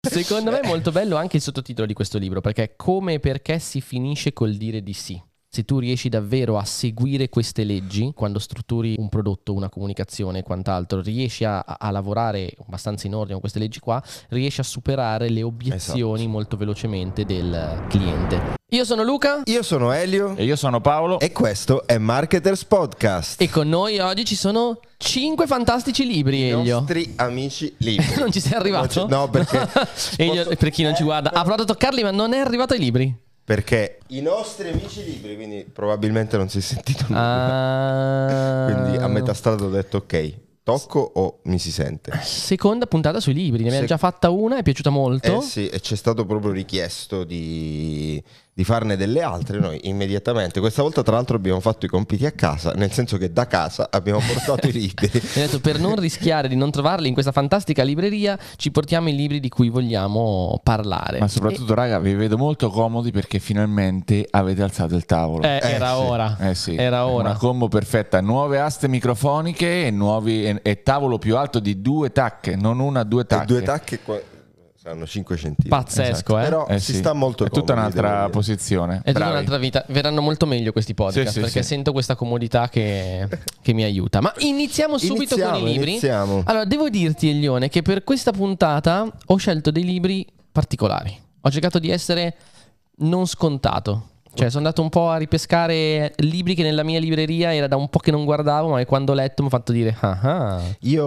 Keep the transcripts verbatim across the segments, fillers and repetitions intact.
Secondo me è molto bello anche il sottotitolo di questo libro, perché è come e perché si finisce col dire di sì. Se tu riesci davvero a seguire queste leggi, quando strutturi un prodotto, una comunicazione e quant'altro, riesci a, a lavorare abbastanza in ordine con queste leggi qua, riesci a superare le obiezioni esatto. molto velocemente del cliente. Io sono Luca. Io sono Elio. E io sono Paolo. E questo è Marketers Podcast. E con noi oggi ci sono cinque fantastici libri, I Elio. nostri amici libri. Non ci sei arrivato? No, perché Elio, posso... per chi non ci guarda, ha provato a toccarli ma non è arrivato ai libri. Perché i nostri amici libri, quindi probabilmente non si è sentito nulla. Ah. Quindi a metà strada ho detto ok, tocco o mi si sente? Seconda puntata sui libri, ne abbiamo Se... già fatta una, è piaciuta molto. Eh sì, e c'è stato proprio richiesto di, di farne delle altre, noi immediatamente. Questa volta tra l'altro abbiamo fatto i compiti a casa, nel senso che da casa abbiamo portato i libri. Mi ha detto, per non rischiare di non trovarli in questa fantastica libreria, ci portiamo i libri di cui vogliamo parlare. Ma soprattutto, e... raga, vi vedo molto comodi perché finalmente avete alzato il tavolo. Eh, eh era sì. ora. Eh sì, era ora. Una combo perfetta, nuove aste microfoniche e nuovi e, e tavolo più alto di due tacche, non una, due tacche. E due tacche qua... saranno cinque centimetri. Pazzesco, esatto. eh? Però eh si sì. sta molto è tutta comodi, un'altra posizione. È tutta un'altra vita. Verranno molto meglio questi podcast, sì, sì, perché sì. sento questa comodità che, che mi aiuta. Ma iniziamo subito iniziamo, con i libri. Iniziamo. Allora, devo dirti, Elione, che per questa puntata ho scelto dei libri particolari. Ho cercato di essere non scontato. Cioè sono andato un po' a ripescare libri che nella mia libreria era da un po' che non guardavo, ma che quando ho letto mi ha fatto dire ah ah. Io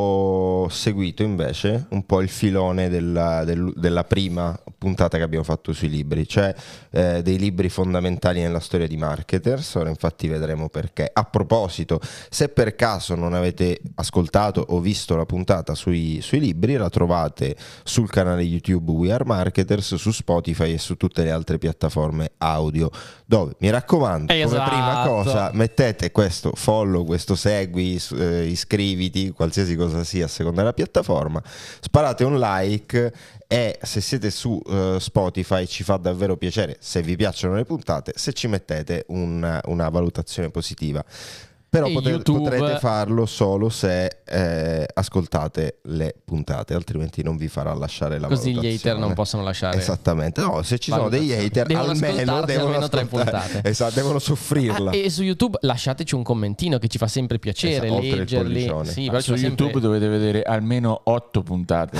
ho seguito invece un po' il filone della, del, della prima puntata che abbiamo fatto sui libri, cioè eh, dei libri fondamentali nella storia di Marketers. Ora infatti vedremo perché. A proposito, se per caso non avete ascoltato o visto la puntata sui, sui libri, la trovate sul canale YouTube We Are Marketers, su Spotify e su tutte le altre piattaforme audio, dove mi raccomando, esatto. come prima cosa mettete questo follow, questo segui, eh, iscriviti, qualsiasi cosa sia a seconda della piattaforma, sparate un like e se siete su uh, Spotify ci fa davvero piacere, se vi piacciono le puntate, se ci mettete un, una valutazione positiva. Però potrete, potrete farlo solo se eh, ascoltate le puntate, altrimenti non vi farà lasciare la Così valutazione. Gli hater non possono lasciare. Esattamente, no, se ci sono degli hater devono almeno devono almeno tre puntate. Esatto, devono soffrirla. Ah, e su YouTube lasciateci un commentino che ci fa sempre piacere, esatto, leggerli. Sì, ah, su YouTube sempre... dovete vedere almeno otto puntate.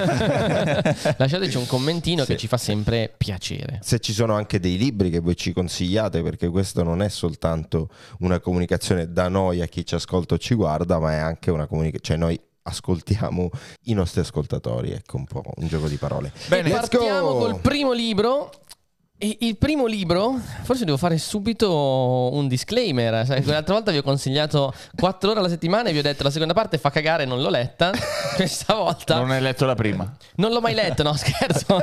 Lasciateci un commentino sì. che ci fa sempre piacere. Se ci sono anche dei libri che voi ci consigliate, perché questo non è soltanto una comunicazione da noi a chi ci ascolta o ci guarda, ma è anche una comunicazione, cioè noi ascoltiamo i nostri ascoltatori, ecco, un po' un gioco di parole. Bene, partiamo col primo libro. E il primo libro, forse devo fare subito un disclaimer. L'altra volta vi ho consigliato quattro ore alla settimana e vi ho detto la seconda parte fa cagare, non l'ho letta. Questa volta non hai letto la prima? Non l'ho mai letto, no scherzo.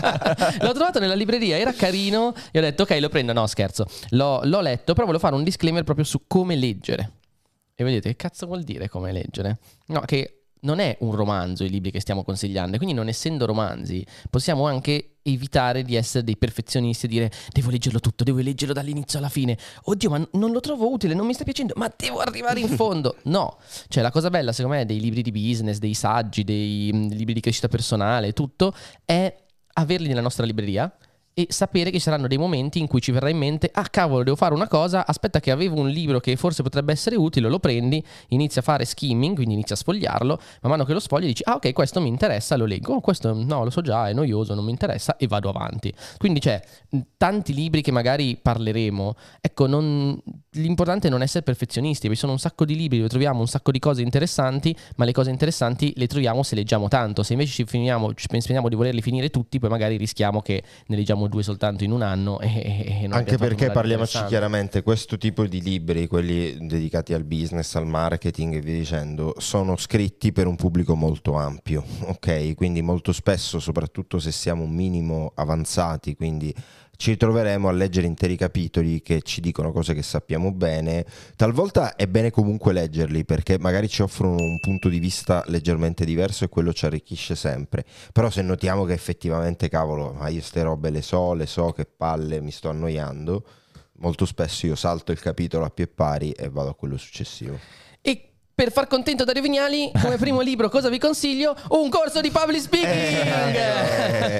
L'ho trovato nella libreria, era carino e ho detto ok, lo prendo, no scherzo. L'ho, l'ho letto, però volevo fare un disclaimer proprio su come leggere. E vedete, che cazzo vuol dire come leggere? No, che non è un romanzo i libri che stiamo consigliando, quindi non essendo romanzi possiamo anche evitare di essere dei perfezionisti e dire devo leggerlo tutto, devo leggerlo dall'inizio alla fine, oddio ma non lo trovo utile, non mi sta piacendo, ma devo arrivare in fondo. No, cioè la cosa bella secondo me dei libri di business, dei saggi, dei libri di crescita personale, tutto è averli nella nostra libreria e sapere che ci saranno dei momenti in cui ci verrà in mente ah cavolo devo fare una cosa, aspetta che avevo un libro che forse potrebbe essere utile, lo prendi, inizi a fare skimming, quindi inizi a sfogliarlo, man mano che lo sfogli dici ah ok questo mi interessa, lo leggo, oh, questo no lo so già, è noioso, non mi interessa e vado avanti. Quindi c'è tanti libri che magari parleremo, ecco non, l'importante è non essere perfezionisti, vi sono un sacco di libri dove troviamo un sacco di cose interessanti, ma le cose interessanti le troviamo se leggiamo tanto, se invece ci finiamo, ci pensiamo di volerli finire tutti poi magari rischiamo che ne leggiamo due soltanto in un anno e, e non anche perché parliamoci chiaramente, questo tipo di libri, quelli dedicati al business, al marketing e via dicendo, sono scritti per un pubblico molto ampio, ok? Quindi molto spesso, soprattutto se siamo un minimo avanzati, quindi ci troveremo a leggere interi capitoli che ci dicono cose che sappiamo bene. Talvolta è bene comunque leggerli perché magari ci offrono un punto di vista leggermente diverso e quello ci arricchisce sempre. Però se notiamo che effettivamente cavolo, ma io ste robe le so, le so, che palle, mi sto annoiando, molto spesso io salto il capitolo a pie pari e vado a quello successivo. E per far contento Dario Vignali, come primo libro cosa vi consiglio? Un corso di public speaking!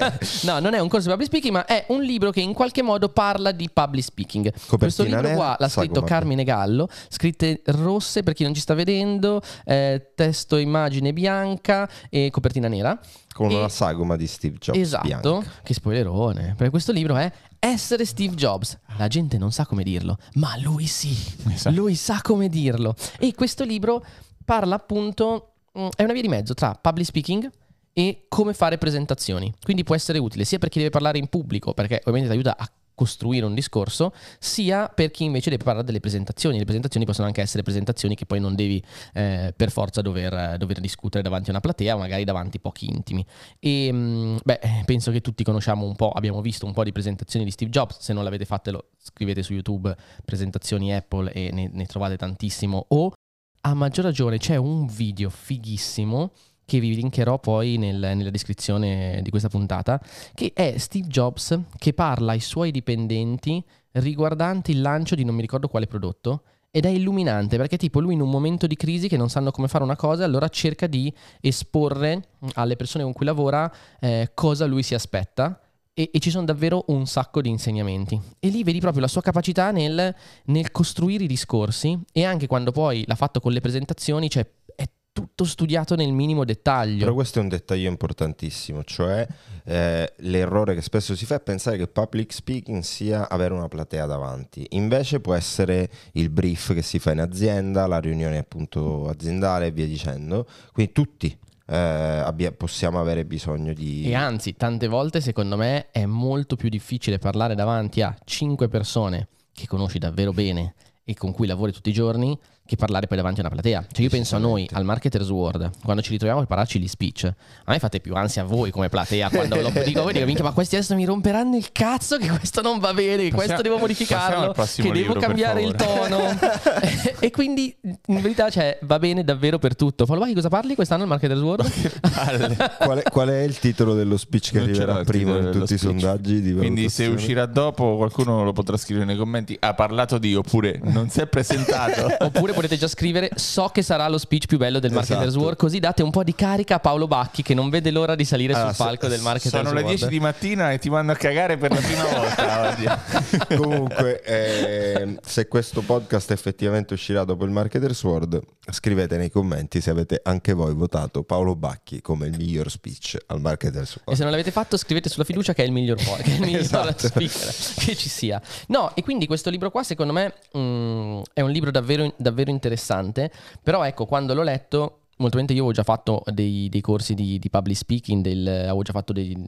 No, non è un corso di public speaking, ma è un libro che in qualche modo parla di public speaking. Copertina Questo libro nera, qua l'ha scritto sagoma. Carmine Gallo, scritte rosse per chi non ci sta vedendo, eh, testo immagine bianca e copertina nera. Con E- una sagoma di Steve Jobs Esatto, bianca. che spoilerone. Perché questo libro è Essere Steve Jobs. La gente non sa come dirlo, ma lui sì. Esatto. Lui sa come dirlo. E questo libro parla appunto, mh, è una via di mezzo tra public speaking e come fare presentazioni. Quindi può essere utile sia per chi deve parlare in pubblico, perché ovviamente ti aiuta a costruire un discorso, sia per chi invece deve parlare delle presentazioni. Le presentazioni possono anche essere presentazioni che poi non devi eh, per forza dover, dover discutere davanti a una platea, magari davanti pochi intimi. E mh, beh, penso che tutti conosciamo un po', abbiamo visto un po' di presentazioni di Steve Jobs. Se non l'avete fatelo, scrivete su YouTube presentazioni Apple e ne, ne trovate tantissimo. O a maggior ragione c'è un video fighissimo che vi linkerò poi nel- nella descrizione di questa puntata, che è Steve Jobs che parla ai suoi dipendenti riguardanti il lancio di non mi ricordo quale prodotto, ed è illuminante perché tipo lui in un momento di crisi che non sanno come fare una cosa, allora cerca di esporre alle persone con cui lavora eh, cosa lui si aspetta. E, e ci sono davvero un sacco di insegnamenti. E lì vedi proprio la sua capacità nel, nel costruire i discorsi, e anche quando poi l'ha fatto con le presentazioni, cioè è tutto studiato nel minimo dettaglio. Però questo è un dettaglio importantissimo, cioè eh, l'errore che spesso si fa è pensare che public speaking sia avere una platea davanti. Invece può essere il brief che si fa in azienda, la riunione appunto aziendale e via dicendo. Quindi tutti eh, abbia- possiamo avere bisogno di... E anzi, tante volte secondo me è molto più difficile parlare davanti a cinque persone che conosci davvero bene e con cui lavori tutti i giorni che parlare poi davanti a una platea. Cioè io penso a noi, al Marketers World, quando ci ritroviamo a prepararci gli speech, a me fate più ansia a voi come platea quando lo dico, voi dico, minchia, ma questi adesso mi romperanno il cazzo che questo non va bene, che Passiamo- questo devo passiamo modificarlo, al prossimo che devo libro, per cambiare il tono. e, e quindi in verità cioè, va bene davvero per tutto. Paolo, di cosa parli quest'anno al Marketers World? Qual è, qual è il titolo dello speech che Non c'era arriverà il prima titolo in dello tutti i speech. sondaggi di Quindi se valutazione? uscirà dopo qualcuno lo potrà scrivere nei commenti. Ha parlato di, oppure non si è presentato. Oppure potete già scrivere so che sarà lo speech più bello del Marketers Esatto. World, così date un po' di carica a Paolo Bacchi che non vede l'ora di salire Allora, sul palco so- del Marketers Sono le World. dieci di mattina e ti mando a cagare per la prima volta oggi. Comunque, eh, se questo podcast effettivamente uscirà dopo il Marketers World, scrivete nei commenti se avete anche voi votato Paolo Bacchi come il miglior speech al Marketers E World. se non l'avete fatto scrivete sulla fiducia che è il miglior, po- che è il miglior Esatto. speaker che ci sia. No, e quindi questo libro qua secondo me mm, è un libro davvero, davvero interessante. Però ecco, quando l'ho letto, molto probabilmente io avevo già fatto dei, dei corsi di, di public speaking, del, avevo già fatto dei,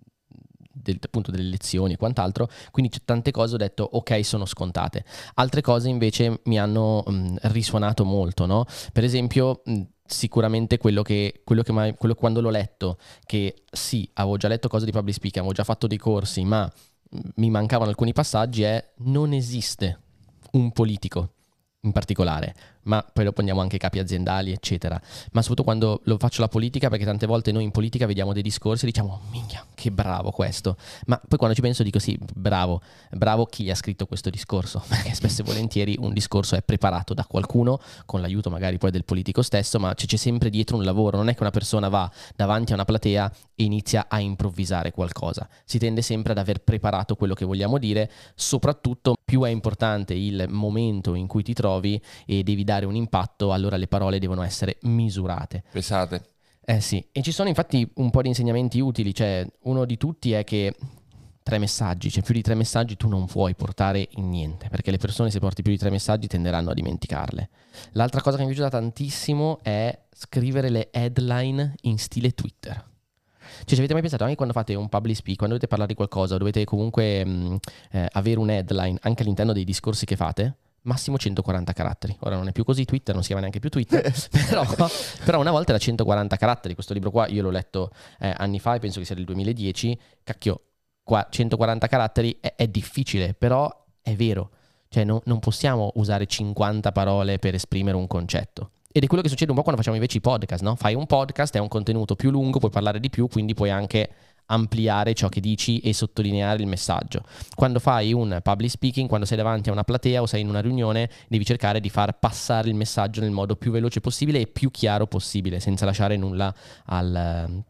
del, appunto delle lezioni e quant'altro, quindi c'è tante cose ho detto ok, sono scontate. Altre cose invece mi hanno mh, risuonato molto, no? Per esempio mh, sicuramente quello che, quello che mai, quello quando l'ho letto, che sì, avevo già letto cose di public speaking, avevo già fatto dei corsi, ma mh, mi mancavano alcuni passaggi, è non esiste un politico in particolare, ma poi dopo andiamo anche ai capi aziendali eccetera, ma soprattutto quando lo faccio la politica, perché tante volte noi in politica vediamo dei discorsi e diciamo minchia che bravo questo, ma poi quando ci penso dico sì, bravo, bravo chi gli ha scritto questo discorso, perché spesso e volentieri un discorso è preparato da qualcuno con l'aiuto magari poi del politico stesso, ma c'è, c'è sempre dietro un lavoro, non è che una persona va davanti a una platea e inizia a improvvisare qualcosa, si tende sempre ad aver preparato quello che vogliamo dire, soprattutto più è importante il momento in cui ti trovi e devi dare un impatto, allora le parole devono essere misurate. Pesate. Eh sì, e ci sono infatti un po' di insegnamenti utili, cioè uno di tutti è che tre messaggi, cioè più di tre messaggi tu non puoi portare in niente, perché le persone se porti più di tre messaggi tenderanno a dimenticarle. L'altra cosa che mi è piaciuta tantissimo è scrivere le headline in stile Twitter. Cioè, ci avete mai pensato, anche quando fate un public speak, quando dovete parlare di qualcosa, dovete comunque mh, eh, avere un headline anche all'interno dei discorsi che fate? Massimo centoquaranta caratteri. Ora non è più così, Twitter non si chiama neanche più Twitter, però, però una volta era centoquaranta caratteri. Questo libro qua io l'ho letto eh, anni fa e penso che sia del duemiladieci. Cacchio, qua centoquaranta caratteri è, è difficile, però è vero. Cioè no, non possiamo usare cinquanta parole per esprimere un concetto. Ed è quello che succede un po' quando facciamo invece i podcast, no? Fai un podcast, è un contenuto più lungo, puoi parlare di più, quindi puoi anche ampliare ciò che dici e sottolineare il messaggio. Quando fai un public speaking, quando sei davanti a una platea o sei in una riunione, devi cercare di far passare il messaggio nel modo più veloce possibile e più chiaro possibile, senza lasciare nulla al,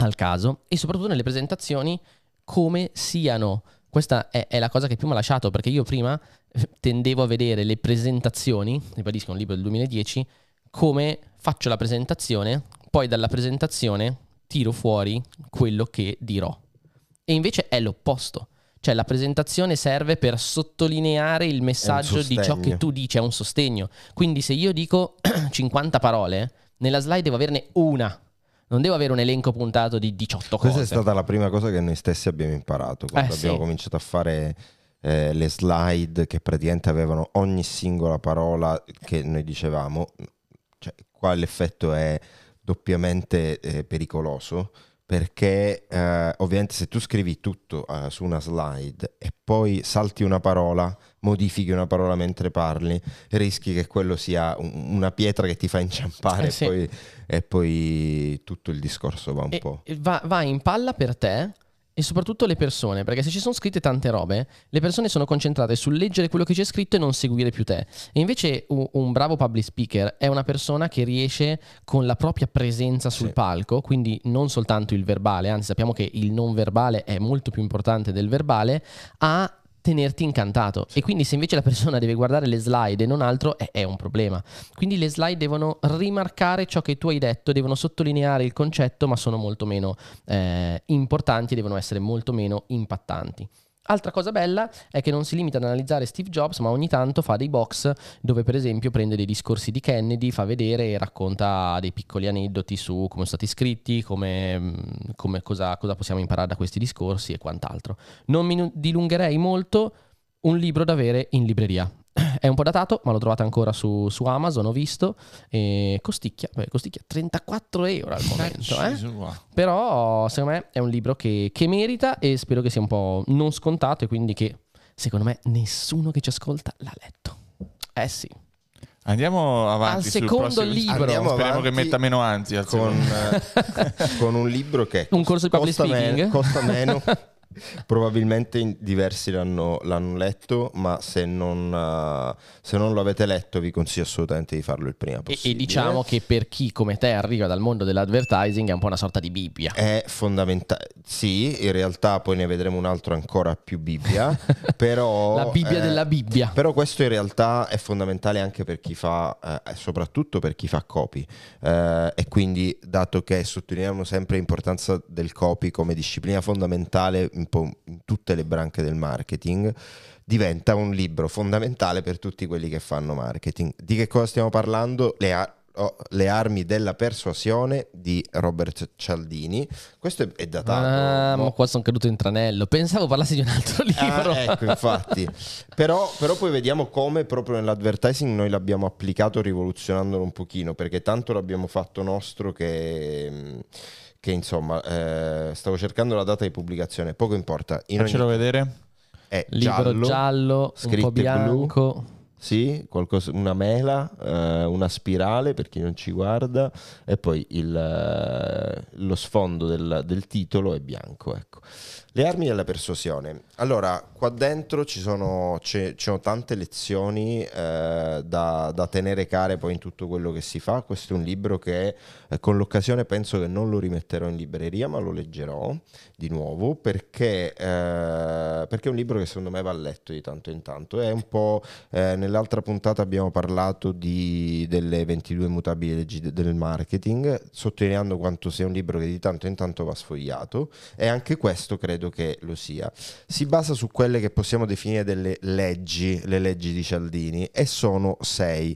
al caso, e soprattutto nelle presentazioni come siano. Questa è, è la cosa che più mi ha lasciato, perché io prima tendevo a vedere le presentazioni, ribadisco un libro del duemiladieci, come faccio la presentazione, poi dalla presentazione tiro fuori quello che dirò. E invece è l'opposto. Cioè la presentazione serve per sottolineare il messaggio di ciò che tu dici, è un sostegno. Quindi se io dico cinquanta parole, nella slide devo averne una. Non devo avere un elenco puntato di diciotto cose. Questa è stata la prima cosa che noi stessi abbiamo imparato quando Eh, abbiamo sì. cominciato a fare eh, le slide che praticamente avevano ogni singola parola che noi dicevamo. Cioè, qua l'effetto è doppiamente eh, pericoloso, perché eh, ovviamente se tu scrivi tutto eh, su una slide e poi salti una parola, modifichi una parola mentre parli, rischi che quello sia un- una pietra che ti fa inciampare, Eh, sì. e, poi, e poi tutto il discorso va un E, po'. e va, va in palla per te e soprattutto le persone, perché se ci sono scritte tante robe, le persone sono concentrate sul leggere quello che c'è scritto e non seguire più te. E invece un, un bravo public speaker è una persona che riesce con la propria presenza sul Sì. palco, quindi non soltanto il verbale, anzi sappiamo che il non verbale è molto più importante del verbale, a tenerti incantato. E quindi se invece la persona deve guardare le slide e non altro, è, è un problema. Quindi le slide devono rimarcare ciò che tu hai detto, devono sottolineare il concetto, ma sono molto meno eh, importanti, devono essere molto meno impattanti. Altra cosa bella è che non si limita ad analizzare Steve Jobs, ma ogni tanto fa dei box dove per esempio prende dei discorsi di Kennedy, fa vedere e racconta dei piccoli aneddoti su come sono stati scritti, come, come cosa, cosa possiamo imparare da questi discorsi e quant'altro. Non mi dilungherei molto, un libro da avere in libreria. È un po' datato, ma lo trovate ancora su, su Amazon, ho visto, e costicchia, beh, costicchia trentaquattro euro al momento, eh? Però secondo me è un libro che, che merita, e spero che sia un po' non scontato, e quindi che secondo me nessuno che ci ascolta l'ha letto. Eh sì. Andiamo avanti Al sul secondo prossimo- libro. Andiamo Speriamo avanti che metta meno ansia al con, secondo. eh, con un libro che Un corso di public costa speaking? meno, costa meno. Probabilmente in diversi l'hanno, l'hanno letto, ma se non, uh, se non lo avete letto vi consiglio assolutamente di farlo il prima E, possibile. e diciamo che per chi come te arriva dal mondo dell'advertising è un po' una sorta di Bibbia. È fondamentale, sì, in realtà poi ne vedremo un altro ancora più Bibbia, però La Bibbia eh, della Bibbia. Però questo in realtà è fondamentale anche per chi fa, eh, soprattutto per chi fa copy, eh, e quindi dato che sottolineiamo sempre l'importanza del copy come disciplina fondamentale un po' in tutte le branche del marketing, diventa un libro fondamentale per tutti quelli che fanno marketing. Di che cosa stiamo parlando? Le a- oh, Le armi della persuasione di Robert Cialdini. Questo è, è datato. Ah, mo- ma qua sono caduto in tranello. Pensavo parlassi di un altro libro. Ah, ecco, infatti. però, però poi vediamo come proprio nell'advertising noi l'abbiamo applicato rivoluzionandolo un pochino, perché tanto l'abbiamo fatto nostro che, che insomma, eh, stavo cercando la data di pubblicazione, poco importa. In ogni- Faccelo vedere. Libro è giallo, giallo, un scritte po' bianco. blu. Sì, qualcosa, una mela, eh, una spirale per chi non ci guarda, e poi il, eh, lo sfondo del, del titolo è bianco. Ecco. Le armi della persuasione. Allora, qua dentro ci sono, c'è- ci sono tante lezioni eh, da, da tenere care poi in tutto quello che si fa. Questo è un libro che eh, con l'occasione penso che non lo rimetterò in libreria, ma lo leggerò di nuovo perché, eh, perché è un libro che secondo me va letto di tanto in tanto. È un po'... Eh, nell'altra puntata abbiamo parlato di, delle ventidue mutabili leggi de- del marketing, sottolineando quanto sia un libro che di tanto in tanto va sfogliato, e anche questo credo che lo sia. Si basa su quelle che possiamo definire delle leggi, le leggi di Cialdini, e sono sei.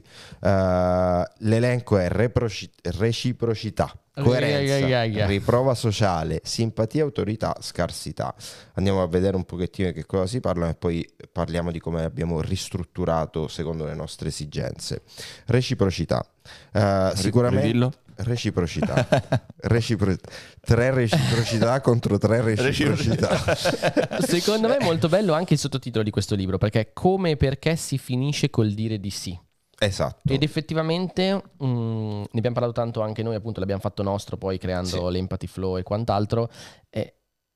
Uh, l'elenco è reproci- reciprocità, coerenza, riprova sociale, simpatia, autorità, scarsità. Andiamo a vedere un pochettino di che cosa si parla e poi parliamo di come abbiamo ristrutturato secondo le nostre esigenze. Reciprocità. Uh, sicuramente Ridillo. reciprocità. Recipro- tre reciprocità contro tre reciprocità. Secondo me è molto bello anche il sottotitolo di questo libro, perché è come e perché si finisce col dire di sì. Esatto. Ed effettivamente mh, ne abbiamo parlato tanto anche noi, appunto l'abbiamo fatto nostro poi creando Sì. l'Empathy Flow e quant'altro. Eh,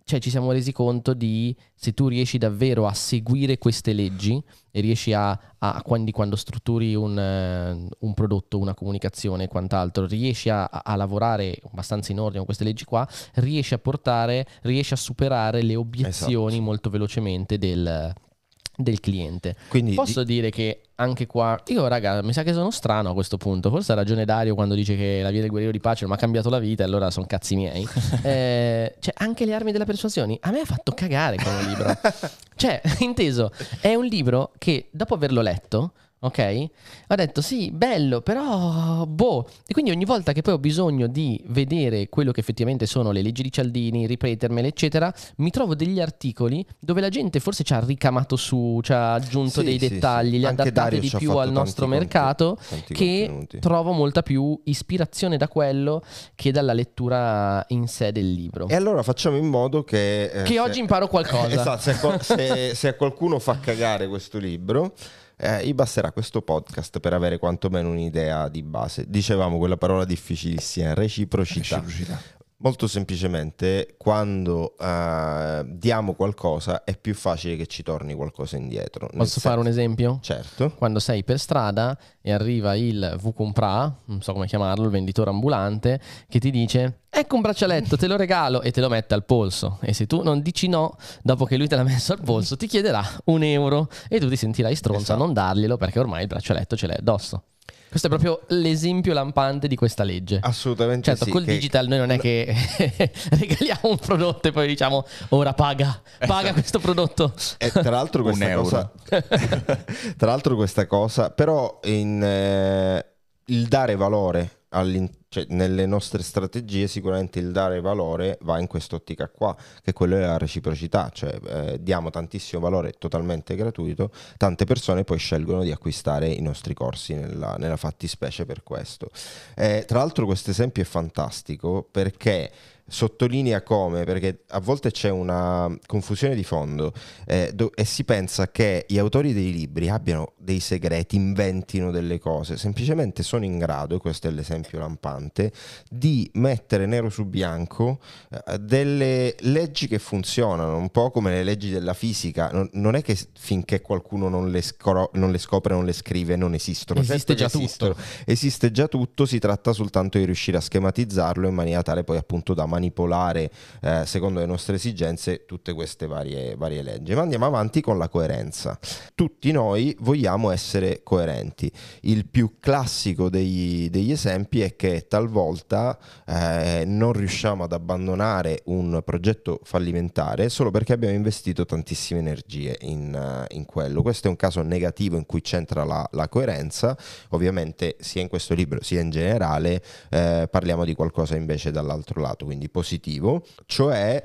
cioè ci siamo resi conto di, se tu riesci davvero a seguire queste leggi e riesci a, a quando, quando strutturi un, uh, un prodotto, una comunicazione e quant'altro, riesci a, a lavorare abbastanza in ordine con queste leggi qua, riesci a portare, riesci a superare le obiezioni esatto. molto velocemente del, del cliente. Quindi posso di... dire che anche qua, io raga, mi sa che sono strano a questo punto, forse ha ragione Dario quando dice che la via del guerriero di pace non mi ha cambiato la vita, allora sono cazzi miei. eh, cioè anche le armi della persuasione a me ha fatto cagare come libro. Cioè, inteso, è un libro che dopo averlo letto, ok, ho detto sì, bello, però boh. E quindi ogni volta che poi ho bisogno di vedere quello che effettivamente sono le leggi di Cialdini, ripetermele eccetera, mi trovo degli articoli dove la gente forse ci ha ricamato su, ci ha aggiunto sì, dei sì, dettagli, sì. li ha Anche adattati Dario di ci ha più fatto al nostro tanti mercato, conti- che contenuti. trovo molta più ispirazione da quello che dalla lettura in sé del libro. E allora facciamo in modo che... Eh, che se... oggi imparo qualcosa. Esatto, se, se, se a qualcuno fa cagare questo libro... Eh, gli basterà questo podcast per avere quantomeno un'idea di base. Dicevamo quella parola difficilissima, reciprocità. Reciprocità. Molto semplicemente, quando uh, diamo qualcosa è più facile che ci torni qualcosa indietro. Posso senso... fare un esempio? Certo. Quando sei per strada e arriva il Vucumpra, non so come chiamarlo, il venditore ambulante, che ti dice: ecco un braccialetto, te lo regalo, e te lo mette al polso. E se tu non dici no, dopo che lui te l'ha messo al polso, ti chiederà un euro e tu ti sentirai stronzo esatto. a non darglielo, perché ormai il braccialetto ce l'hai addosso. Questo è proprio l'esempio lampante di questa legge. Assolutamente certo, sì. Col che... digital noi non è che regaliamo un prodotto e poi diciamo ora paga, paga questo prodotto. E tra l'altro questa un cosa, tra l'altro questa cosa, però in, eh, il dare valore all'interno, cioè, nelle nostre strategie sicuramente il dare valore va in quest'ottica qua, che quello è la reciprocità, cioè eh, diamo tantissimo valore totalmente gratuito, tante persone poi scelgono di acquistare i nostri corsi nella, nella fattispecie per questo. Eh, tra l'altro questo esempio è fantastico perché sottolinea come, perché a volte c'è una confusione di fondo eh, do, e si pensa che gli autori dei libri abbiano dei segreti, inventino delle cose, semplicemente sono in grado, e questo è l'esempio lampante, di mettere nero su bianco eh, delle leggi che funzionano, un po' come le leggi della fisica. Non, non è che finché qualcuno non le, scro- non le scopre, non le scrive, non esistono. Esiste certo già esistono. tutto. Esiste già tutto, si tratta soltanto di riuscire a schematizzarlo in maniera tale poi appunto da manipolare eh, secondo le nostre esigenze tutte queste varie, varie leggi. Ma andiamo avanti con la coerenza. Tutti noi vogliamo essere coerenti. Il più classico degli, degli esempi è che talvolta eh, non riusciamo ad abbandonare un progetto fallimentare solo perché abbiamo investito tantissime energie in, uh, in quello. Questo è un caso negativo in cui c'entra la, la coerenza. Ovviamente sia in questo libro sia in generale eh, parliamo di qualcosa invece dall'altro lato, quindi positivo, cioè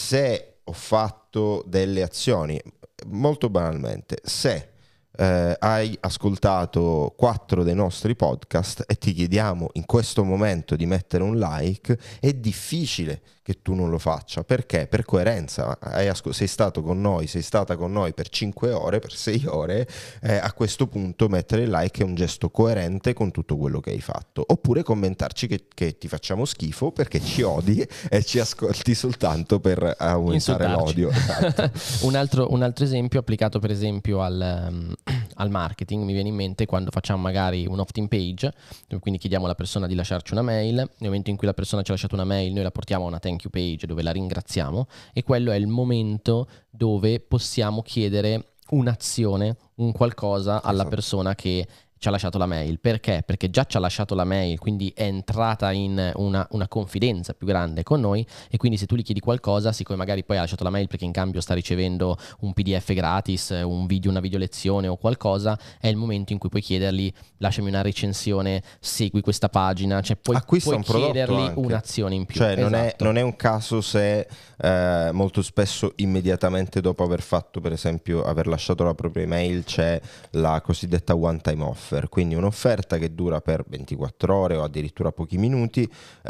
se ho fatto delle azioni, molto banalmente, se eh, hai ascoltato quattro dei nostri podcast e ti chiediamo in questo momento di mettere un like, è difficile che tu non lo faccia. Perché? Per coerenza. Hai asco- sei stato con noi, sei stata con noi per cinque ore, per sei ore, eh, a questo punto mettere il like è un gesto coerente con tutto quello che hai fatto. Oppure commentarci che, che ti facciamo schifo perché ci odi e ci ascolti soltanto per aumentare Insultarci. l'odio. Esatto. un, altro, un altro esempio applicato per esempio al, um, al marketing mi viene in mente quando facciamo magari un opt-in page, quindi chiediamo alla persona di lasciarci una mail. Nel momento in cui la persona ci ha lasciato una mail, noi la portiamo a una thank you page dove la ringraziamo, e quello è il momento dove possiamo chiedere un'azione, un qualcosa alla Esatto. persona che ci ha lasciato la mail. Perché? Perché già ci ha lasciato la mail, quindi è entrata in una, una confidenza più grande con noi, e quindi se tu gli chiedi qualcosa, siccome magari poi ha lasciato la mail perché in cambio sta ricevendo un P D F gratis, un video, una video lezione o qualcosa, è il momento in cui puoi chiedergli: lasciami una recensione, segui questa pagina, cioè puoi, Acquista puoi un prodotto chiedergli anche. un'azione in più. Cioè non, è, Esatto. non è un caso se eh, molto spesso immediatamente dopo aver fatto, per esempio, aver lasciato la propria email, c'è la cosiddetta one time offer, quindi un'offerta che dura per ventiquattro ore o addirittura pochi minuti,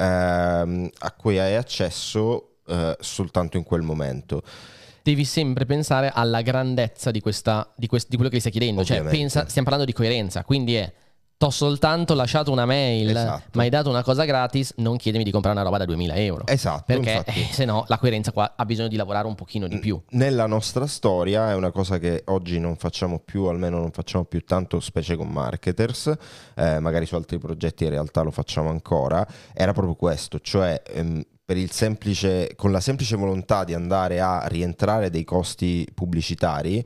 ehm, a cui hai accesso eh, soltanto in quel momento. Devi sempre pensare alla grandezza di, questa, di, quest, di quello che gli stai chiedendo. Cioè, Ovviamente. pensa, stiamo parlando di coerenza, quindi è t'ho soltanto lasciato una mail, esatto. ma hai dato una cosa gratis, non chiedemi di comprare una roba da duemila euro. Esatto. Perché eh, se no la coerenza qua ha bisogno di lavorare un pochino di più. Nella nostra storia è una cosa che oggi non facciamo più, almeno non facciamo più tanto, specie con marketers, eh, magari su altri progetti in realtà lo facciamo ancora, era proprio questo, cioè ehm, per il semplice, con la semplice volontà di andare a rientrare dei costi pubblicitari,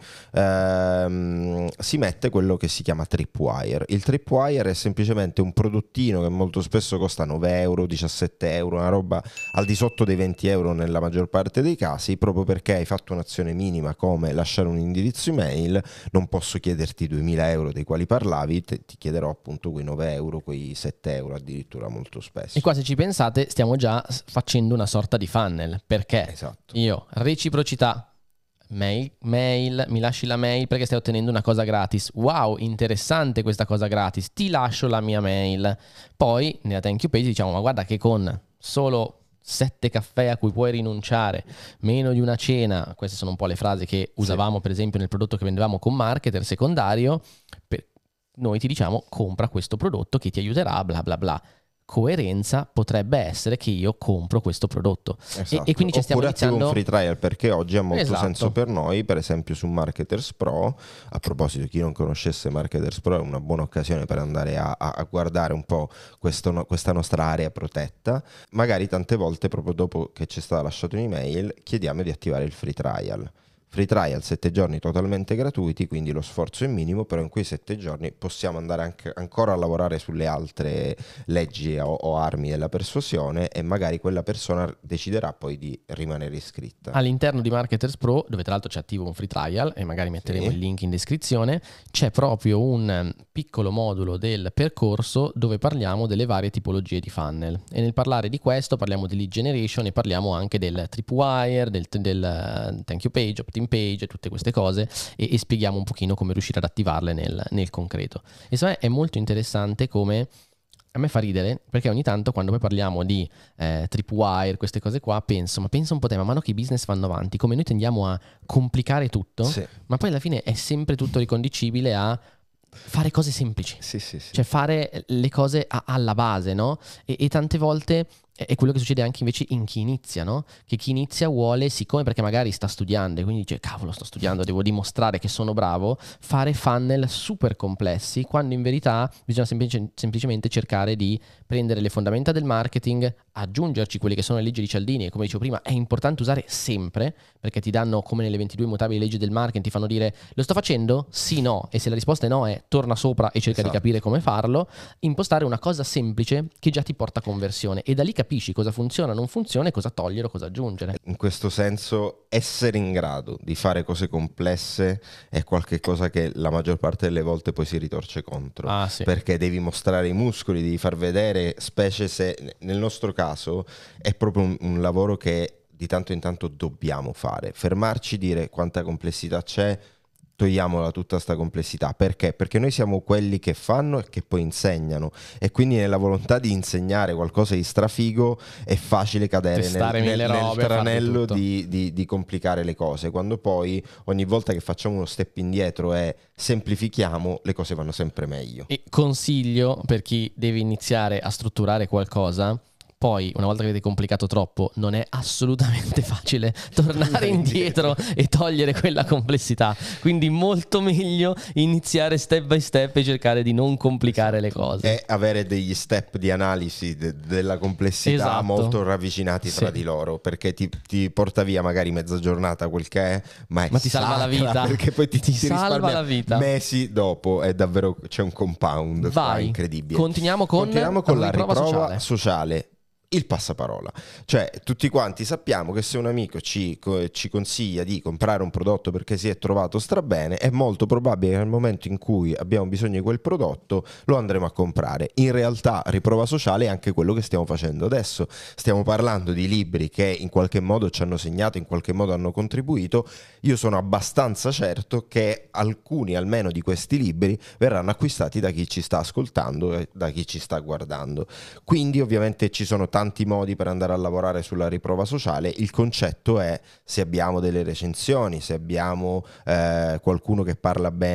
ehm, si mette quello che si chiama Tripwire. Il Tripwire è semplicemente un prodottino che molto spesso costa nove euro, diciassette euro, una roba al di sotto dei venti euro nella maggior parte dei casi, proprio perché hai fatto un'azione minima come lasciare un indirizzo email. Non posso chiederti duemila euro dei quali parlavi, te, ti chiederò appunto quei nove euro, quei sette euro addirittura molto spesso. E qua, se ci pensate, stiamo già facendo una sorta di funnel, perché esatto. io reciprocità, mail, mail, mi lasci la mail perché stai ottenendo una cosa gratis, wow, interessante questa cosa gratis, ti lascio la mia mail. Poi nella thank you page diciamo, ma guarda che con solo sette caffè a cui puoi rinunciare, meno di una cena, queste sono un po' le frasi che usavamo, sì, per esempio nel prodotto che vendevamo con marketer secondario, per, noi ti diciamo compra questo prodotto che ti aiuterà, bla bla bla. Coerenza potrebbe essere che io compro questo prodotto, esatto. e, e quindi ci stiamo Oppure iniziando un free trial, perché oggi ha molto esatto. senso per noi, per esempio su Marketers Pro. A proposito, chi non conoscesse Marketers Pro è una buona occasione per andare a, a, a guardare un po' questo, questa nostra area protetta. Magari tante volte proprio dopo che ci è stata lasciata un'email chiediamo di attivare il free trial. Free trial, sette giorni totalmente gratuiti, quindi lo sforzo è minimo, però in quei sette giorni possiamo andare anche ancora a lavorare sulle altre leggi o, o armi della persuasione, e magari quella persona deciderà poi di rimanere iscritta. All'interno di Marketers Pro, dove tra l'altro c'è attivo un free trial e magari metteremo, sì, il link in descrizione, c'è proprio un piccolo modulo del percorso dove parliamo delle varie tipologie di funnel, e nel parlare di questo parliamo di lead generation e parliamo anche del tripwire, del, del thank you page, opt-in page, tutte queste cose, e, e spieghiamo un pochino come riuscire ad attivarle nel, nel concreto. E secondo me è molto interessante, come a me fa ridere, perché ogni tanto quando poi parliamo di eh, tripwire, queste cose qua, penso, ma pensa un po' te, man mano che i business vanno avanti, come noi tendiamo a complicare tutto, sì, ma poi alla fine è sempre tutto ricondicibile a fare cose semplici, sì, sì, sì. Cioè fare le cose a, alla base, no? E, e tante volte è quello che succede anche invece in chi inizia, no? Che chi inizia vuole, siccome perché magari sta studiando e quindi dice cavolo, sto studiando, devo dimostrare che sono bravo, fare funnel super complessi, quando in verità bisogna semplice, semplicemente cercare di prendere le fondamenta del marketing, aggiungerci quelle che sono le leggi di Cialdini, e come dicevo prima è importante usare sempre, perché ti danno, come nelle ventidue immutabili leggi del marketing, ti fanno dire lo sto facendo? Sì, no, e se la risposta è no è torna sopra e cerca, esatto, di capire come farlo. Impostare una cosa semplice che già ti porta a conversione, e da lì capisci cosa funziona, non funziona, e cosa togliere o cosa aggiungere. In questo senso essere in grado di fare cose complesse è qualcosa che la maggior parte delle volte poi si ritorce contro, ah, sì. perché devi mostrare i muscoli, devi far vedere, specie se nel nostro caso è proprio un, un lavoro che di tanto in tanto dobbiamo fare, fermarci, dire quanta complessità c'è, togliamola tutta sta complessità. Perché? Perché noi siamo quelli che fanno e che poi insegnano, e quindi nella volontà di insegnare qualcosa di strafigo è facile cadere nel, nel, nel tranello di, di, di complicare le cose, quando poi ogni volta che facciamo uno step indietro e semplifichiamo, le cose vanno sempre meglio. E consiglio per chi deve iniziare a strutturare qualcosa: poi, una volta che avete complicato troppo, non è assolutamente facile tornare indietro e togliere quella complessità. Quindi molto meglio iniziare step by step e cercare di non complicare, esatto, le cose. E avere degli step di analisi de- della complessità, esatto, molto ravvicinati, sì, tra di loro, perché ti, ti porta via magari mezza giornata quel che è, ma, è ma ti salva la vita. Perché poi ti, ti, ti salva la vita. Mesi dopo è davvero, c'è un compound. Vai, incredibile. Continuiamo con, Continuiamo con la riprova, riprova sociale. sociale. Il passaparola, cioè tutti quanti sappiamo che se un amico ci, ci consiglia di comprare un prodotto perché si è trovato strabene, è molto probabile che nel momento in cui abbiamo bisogno di quel prodotto lo andremo a comprare. In realtà riprova sociale è anche quello che stiamo facendo adesso. Stiamo parlando di libri che in qualche modo ci hanno segnato, in qualche modo hanno contribuito. Io sono abbastanza certo che alcuni almeno di questi libri verranno acquistati da chi ci sta ascoltando e da chi ci sta guardando. Quindi ovviamente ci sono tanti modi per andare a lavorare sulla riprova sociale. Il concetto è: se abbiamo delle recensioni, se abbiamo eh, qualcuno che parla bene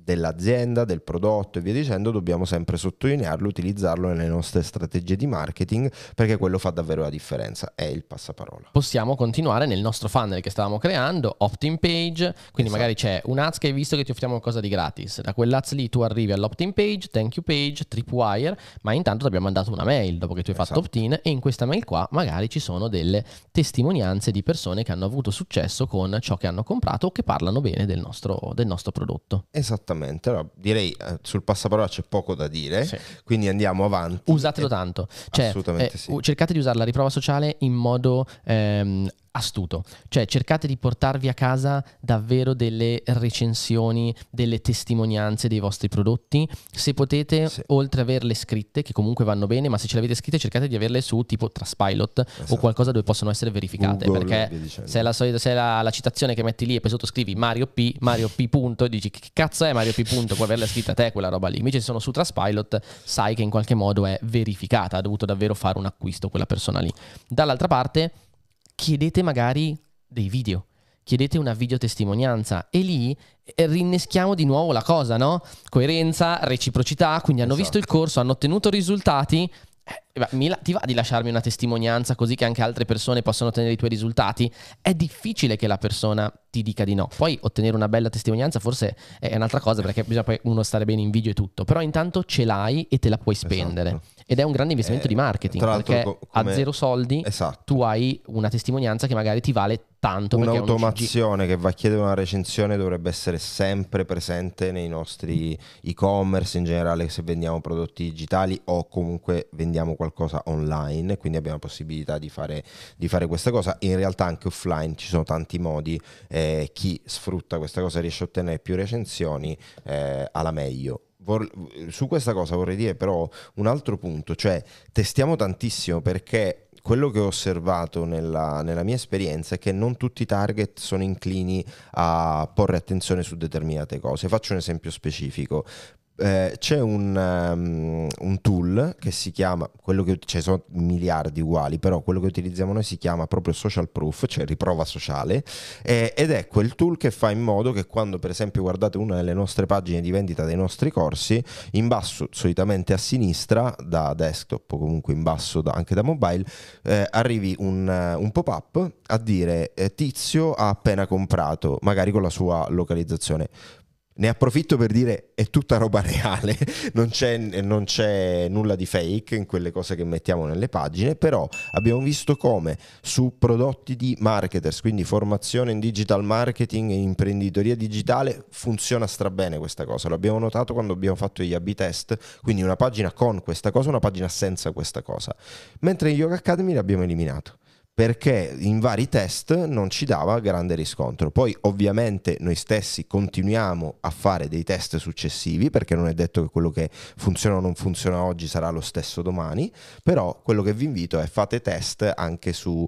dell'azienda, del prodotto e via dicendo, dobbiamo sempre sottolinearlo, utilizzarlo nelle nostre strategie di marketing, perché quello fa davvero la differenza, è il passaparola. Possiamo continuare nel nostro funnel che stavamo creando, opt-in page, quindi Esatto. magari c'è un ads che hai visto che ti offriamo qualcosa di gratis, da quell'ads lì tu arrivi all'opt-in page, thank you page, tripwire, ma intanto ti abbiamo mandato una mail dopo che tu hai fatto Esatto. opt-in, e in questa mail qua magari ci sono delle testimonianze di persone che hanno avuto successo con ciò che hanno comprato o che parlano bene del nostro, del nostro prodotto. Esattamente, allora, direi eh, sul passaparola c'è poco da dire, Sì. quindi andiamo avanti. Usatelo E- tanto, cioè Assolutamente eh, sì. u- cercate di usare la riprova sociale in modo ehm, astuto, cioè cercate di portarvi a casa davvero delle recensioni, delle testimonianze dei vostri prodotti, se potete, Sì. oltre a averle scritte che comunque vanno bene, ma se ce le avete scritte cercate di averle su tipo Trustpilot o Esatto. qualcosa dove possono essere verificate, Google, perché via dicendo. se è la solita, se è la, la citazione che metti lì e poi sotto scrivi Mario P, Mario P punto, dici che cazzo è Mario P punto, puoi averla scritta te quella roba lì, invece se sono su Trustpilot sai che in qualche modo è verificata, ha dovuto davvero fare un acquisto quella persona lì. Dall'altra parte chiedete magari dei video, chiedete una videotestimonianza e lì rinneschiamo di nuovo la cosa, no? Coerenza, reciprocità, quindi hanno Esatto. visto il corso, hanno ottenuto risultati. Eh, va- mi la- ti va di lasciarmi una testimonianza così che anche altre persone possano ottenere i tuoi risultati? È difficile che la persona ti dica di no. Poi ottenere una bella testimonianza forse è un'altra cosa, perché bisogna poi uno stare bene in video e tutto, però intanto ce l'hai e te la puoi spendere. Esatto. Ed è un grande investimento Eh, di marketing, tra l'altro perché co- come- a zero soldi Esatto. tu hai una testimonianza che magari ti vale tanto, perché è un O C G. Un'automazione che va a chiedere una recensione dovrebbe essere sempre presente nei nostri e-commerce, in generale se vendiamo prodotti digitali o comunque vendiamo qualcosa online, quindi abbiamo la possibilità di fare, di fare questa cosa. In realtà anche offline ci sono tanti modi, eh, chi sfrutta questa cosa riesce a ottenere più recensioni eh, alla meglio. Vor- su questa cosa vorrei dire però un altro punto, cioè testiamo tantissimo, perché quello che ho osservato nella, nella mia esperienza è che non tutti i target sono inclini a porre attenzione su determinate cose. Faccio un esempio specifico. Eh, c'è un, um, un tool che si chiama, quello che ci sono miliardi uguali, però quello che utilizziamo noi si chiama proprio social proof, cioè riprova sociale, eh, ed è quel tool che fa in modo che quando per esempio guardate una delle nostre pagine di vendita dei nostri corsi, in basso solitamente a sinistra da desktop o comunque in basso da, anche da mobile, eh, arrivi un, un pop-up a dire eh, Tizio ha appena comprato, magari con la sua localizzazione. Ne approfitto per dire è tutta roba reale, non c'è, non c'è nulla di fake in quelle cose che mettiamo nelle pagine, però abbiamo visto come su prodotti di marketers, quindi formazione in digital marketing e imprenditoria digitale, funziona strabene questa cosa. Lo abbiamo notato quando abbiamo fatto gli A B test, quindi una pagina con questa cosa, una pagina senza questa cosa, mentre in Yoga Academy l'abbiamo eliminato, perché in vari test non ci dava grande riscontro. Poi ovviamente noi stessi continuiamo a fare dei test successivi, perché non è detto che quello che funziona o non funziona oggi sarà lo stesso domani, però quello che vi invito è fate test anche su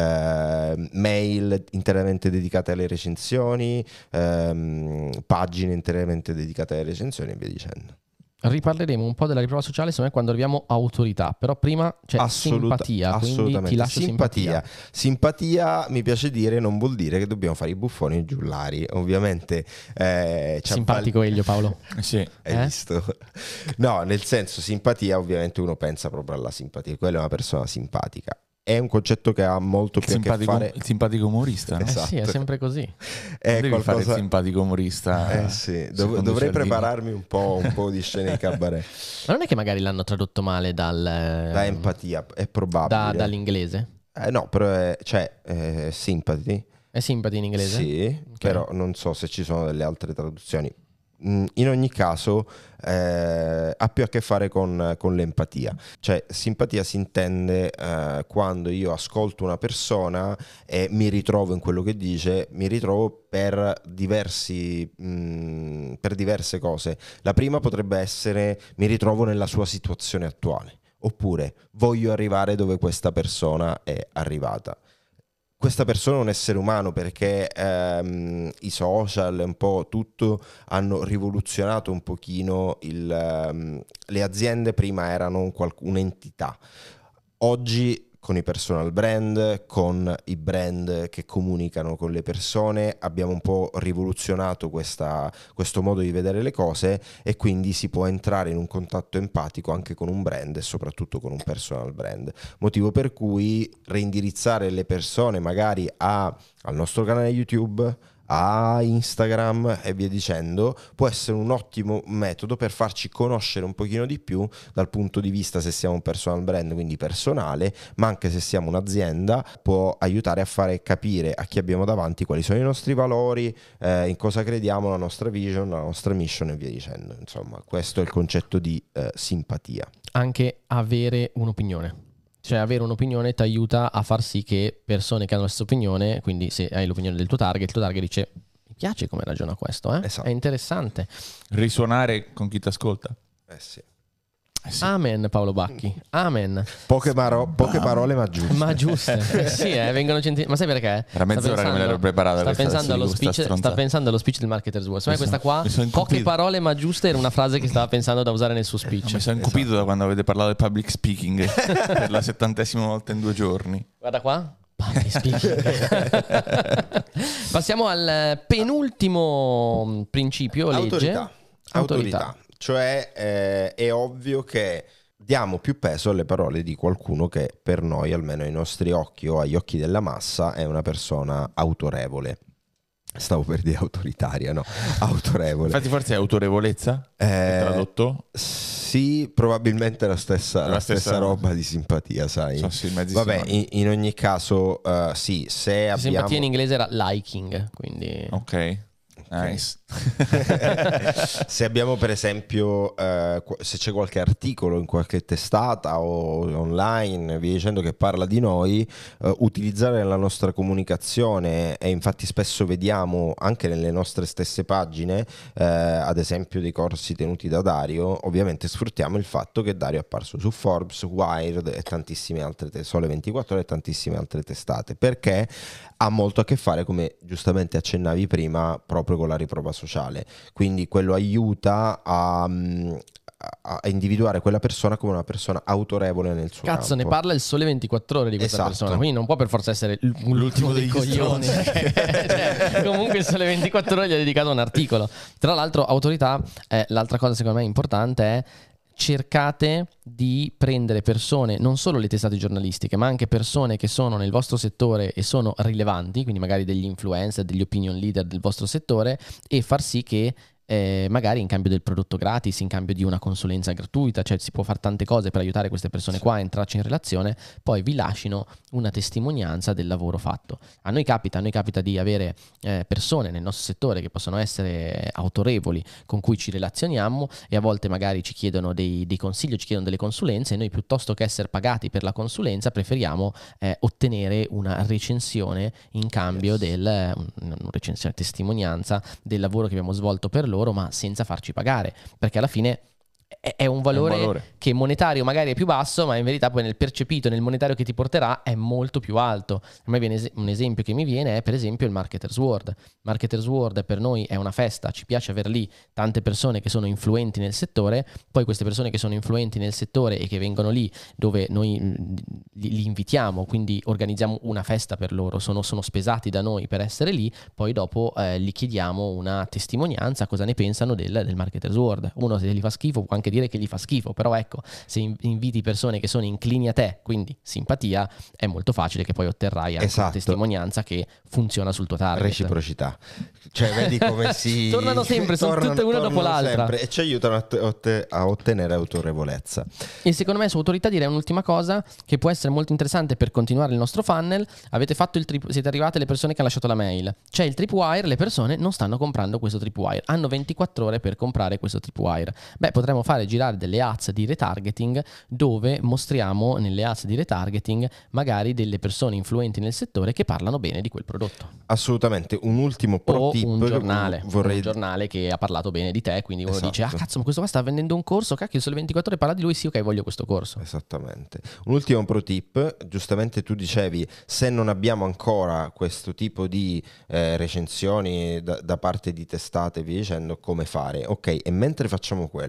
eh, mail interamente dedicate alle recensioni, ehm, pagine interamente dedicate alle recensioni e via dicendo. Riparleremo un po' della riprova sociale secondo me quando arriviamo a autorità, però prima c'è Assoluta- simpatia, quindi assolutamente. ti lascio simpatia. simpatia. Simpatia, mi piace dire, non vuol dire che dobbiamo fare i buffoni e i giullari. Ovviamente eh, ci Simpatico avval- Elio, Paolo. Sì. Hai Eh? visto? No, nel senso simpatia, ovviamente uno pensa proprio alla simpatia. Quella è una persona simpatica. È un concetto che ha molto Il più a che simpatico, fare. il simpatico umorista, no? Eh Esatto. sì, è sempre così. È Non devi fare il qualcosa. simpatico umorista. Eh sì, dov- secondo dovrei Cialdini. prepararmi un po', un po' di scene di cabaret. Ma non è che magari l'hanno tradotto male dal, Da empatia, è probabile. da- dall'inglese? Eh, no, però è, cioè, eh, sympathy. È sympathy in inglese? Sì, Ok. però non so se ci sono delle altre traduzioni. Mm, In ogni caso eh, ha più a che fare con, con l'empatia. Cioè simpatia si intende eh, quando io ascolto una persona e mi ritrovo in quello che dice, mi ritrovo per diversi mm, per diverse cose. La prima potrebbe essere mi ritrovo nella sua situazione attuale, oppure voglio arrivare dove questa persona è arrivata. Questa persona è un essere umano, perché ehm, i social, un po' tutto, hanno rivoluzionato un pochino il, ehm, le aziende prima erano un qualc- un'entità. Oggi con i personal brand, con i brand che comunicano con le persone. Abbiamo un po' rivoluzionato questa, questo modo di vedere le cose, e quindi si può entrare in un contatto empatico anche con un brand e soprattutto con un personal brand, motivo per cui reindirizzare le persone magari a, al nostro canale YouTube, a Instagram e via dicendo, può essere un ottimo metodo per farci conoscere un pochino di più dal punto di vista, se siamo un personal brand, quindi personale, ma anche se siamo un'azienda, può aiutare a fare capire a chi abbiamo davanti quali sono i nostri valori, eh, in cosa crediamo, la nostra vision, la nostra mission e via dicendo. Insomma, questo è il concetto di eh, simpatia. Anche avere un'opinione. Cioè avere un'opinione ti aiuta a far sì che persone che hanno la stessa opinione, quindi se hai l'opinione del tuo target, il tuo target dice mi piace come ragiona questo, eh? Esatto. È interessante. Risuonare con chi ti ascolta. Eh sì. Eh sì. Amen Paolo Bacchi, amen. Poche, paro- poche parole ma giuste. Ma giuste, sì, eh, vengono gentili. Ma sai perché? Era mezz'ora che me l'ero preparata. Sta questa, pensando, allo questa speech, sta stronzata. pensando allo speech del Marketers World. Secondo me questa qua, mi sono poche incupito. parole ma giuste, era una frase che stava pensando da usare nel suo speech. Mi sono incupito da quando avete parlato del public speaking per la settantesima volta in due giorni. Guarda qua. Public speaking. Passiamo al penultimo principio, legge. Autorità. Autorità. Autorità. Cioè eh, è ovvio che diamo più peso alle parole di qualcuno che per noi, almeno ai nostri occhi o agli occhi della massa, è una persona autorevole. Stavo per dire autoritaria, no? Autorevole. Infatti forse è autorevolezza? Eh, tradotto? Sì, probabilmente la stessa, La la stessa, stessa roba di simpatia, sai? So, sì, mezzi Vabbè, sinonimi. in, in ogni caso, uh, sì, se abbiamo... Simpatia in inglese era liking, quindi... Ok. Nice. Se abbiamo per esempio eh, se c'è qualche articolo in qualche testata o online via dicendo che parla di noi, eh, utilizzare nella nostra comunicazione, e infatti spesso vediamo anche nelle nostre stesse pagine eh, ad esempio dei corsi tenuti da Dario, ovviamente sfruttiamo il fatto che Dario è apparso su Forbes, Wired e tantissime altre te- Sole ventiquattro Ore e tantissime altre testate, perché ha molto a che fare, come giustamente accennavi prima, proprio con la riprova sociale. Quindi quello aiuta a, a individuare quella persona come una persona autorevole nel suo Cazzo, campo. ne parla il Sole ventiquattro Ore di questa Esatto. persona, quindi non può per forza essere l- l'ultimo dei degli coglioni. Cioè, comunque il Sole ventiquattro Ore gli ha dedicato un articolo. Tra l'altro, autorità, eh, l'altra cosa secondo me importante è: cercate di prendere persone, non solo le testate giornalistiche, ma anche persone che sono nel vostro settore e sono rilevanti, quindi magari degli influencer, degli opinion leader del vostro settore, e far sì che eh, magari in cambio del prodotto gratis, in cambio di una consulenza gratuita, cioè si può fare tante cose per aiutare queste persone qua a entrarci in relazione, poi vi lasciano una testimonianza del lavoro fatto. A noi capita, a noi capita di avere eh, persone nel nostro settore che possono essere autorevoli, con cui ci relazioniamo, e a volte magari ci chiedono dei, dei consigli, ci chiedono delle consulenze, e noi, piuttosto che essere pagati per la consulenza, preferiamo eh, ottenere una recensione in cambio Yes. del un, una recensione, testimonianza del lavoro che abbiamo svolto per loro, ma senza farci pagare, perché alla fine è, è un valore, È un valore. che monetario magari è più basso, ma in verità poi nel percepito, nel monetario che ti porterà, è molto più alto. A me viene es- un esempio che mi viene è per esempio il Marketers World. Marketers World per noi è una festa, ci piace aver lì tante persone che sono influenti nel settore, poi queste persone che sono influenti nel settore e che vengono lì dove noi mh, li, li invitiamo, quindi organizziamo una festa per loro, sono, sono spesati da noi per essere lì, poi dopo eh, gli chiediamo una testimonianza, cosa ne pensano del, del Marketers World. Uno, se gli fa schifo, può anche dire che gli fa schifo, però ecco, se in- inviti persone che sono inclini a te, quindi simpatia, è molto facile che poi otterrai anche Esatto. una testimonianza che funziona sul tuo target. Reciprocità, cioè vedi come si Tornano sempre, sono tutte una dopo tornano l'altra. sempre e ci aiutano a, te- a te- a ottenere autorevolezza. E secondo me su autorità direi un'ultima cosa che può essere molto interessante per continuare il nostro funnel. Avete fatto il trip, siete arrivate le persone che hanno lasciato la mail, c'è il tripwire, le persone non stanno comprando questo tripwire, hanno ventiquattro ore per comprare questo tripwire. Beh, potremmo fare girare delle ads di retargeting dove mostriamo nelle ads di retargeting magari delle persone influenti nel settore che parlano bene di quel prodotto. Assolutamente. Un ultimo pro O tip, un giornale, vorrei un giornale che ha parlato bene di te, quindi uno Esatto. dice: ah cazzo, ma questo qua sta vendendo un corso, cacchio, sole ventiquattro ore parla di lui, sì, ok, voglio questo corso. Esattamente. Un ultimo pro tip, giustamente tu dicevi, se non abbiamo ancora questo tipo di eh, recensioni da, da parte di testate e via dicendo, come fare? Ok, e mentre facciamo quello, vogliamo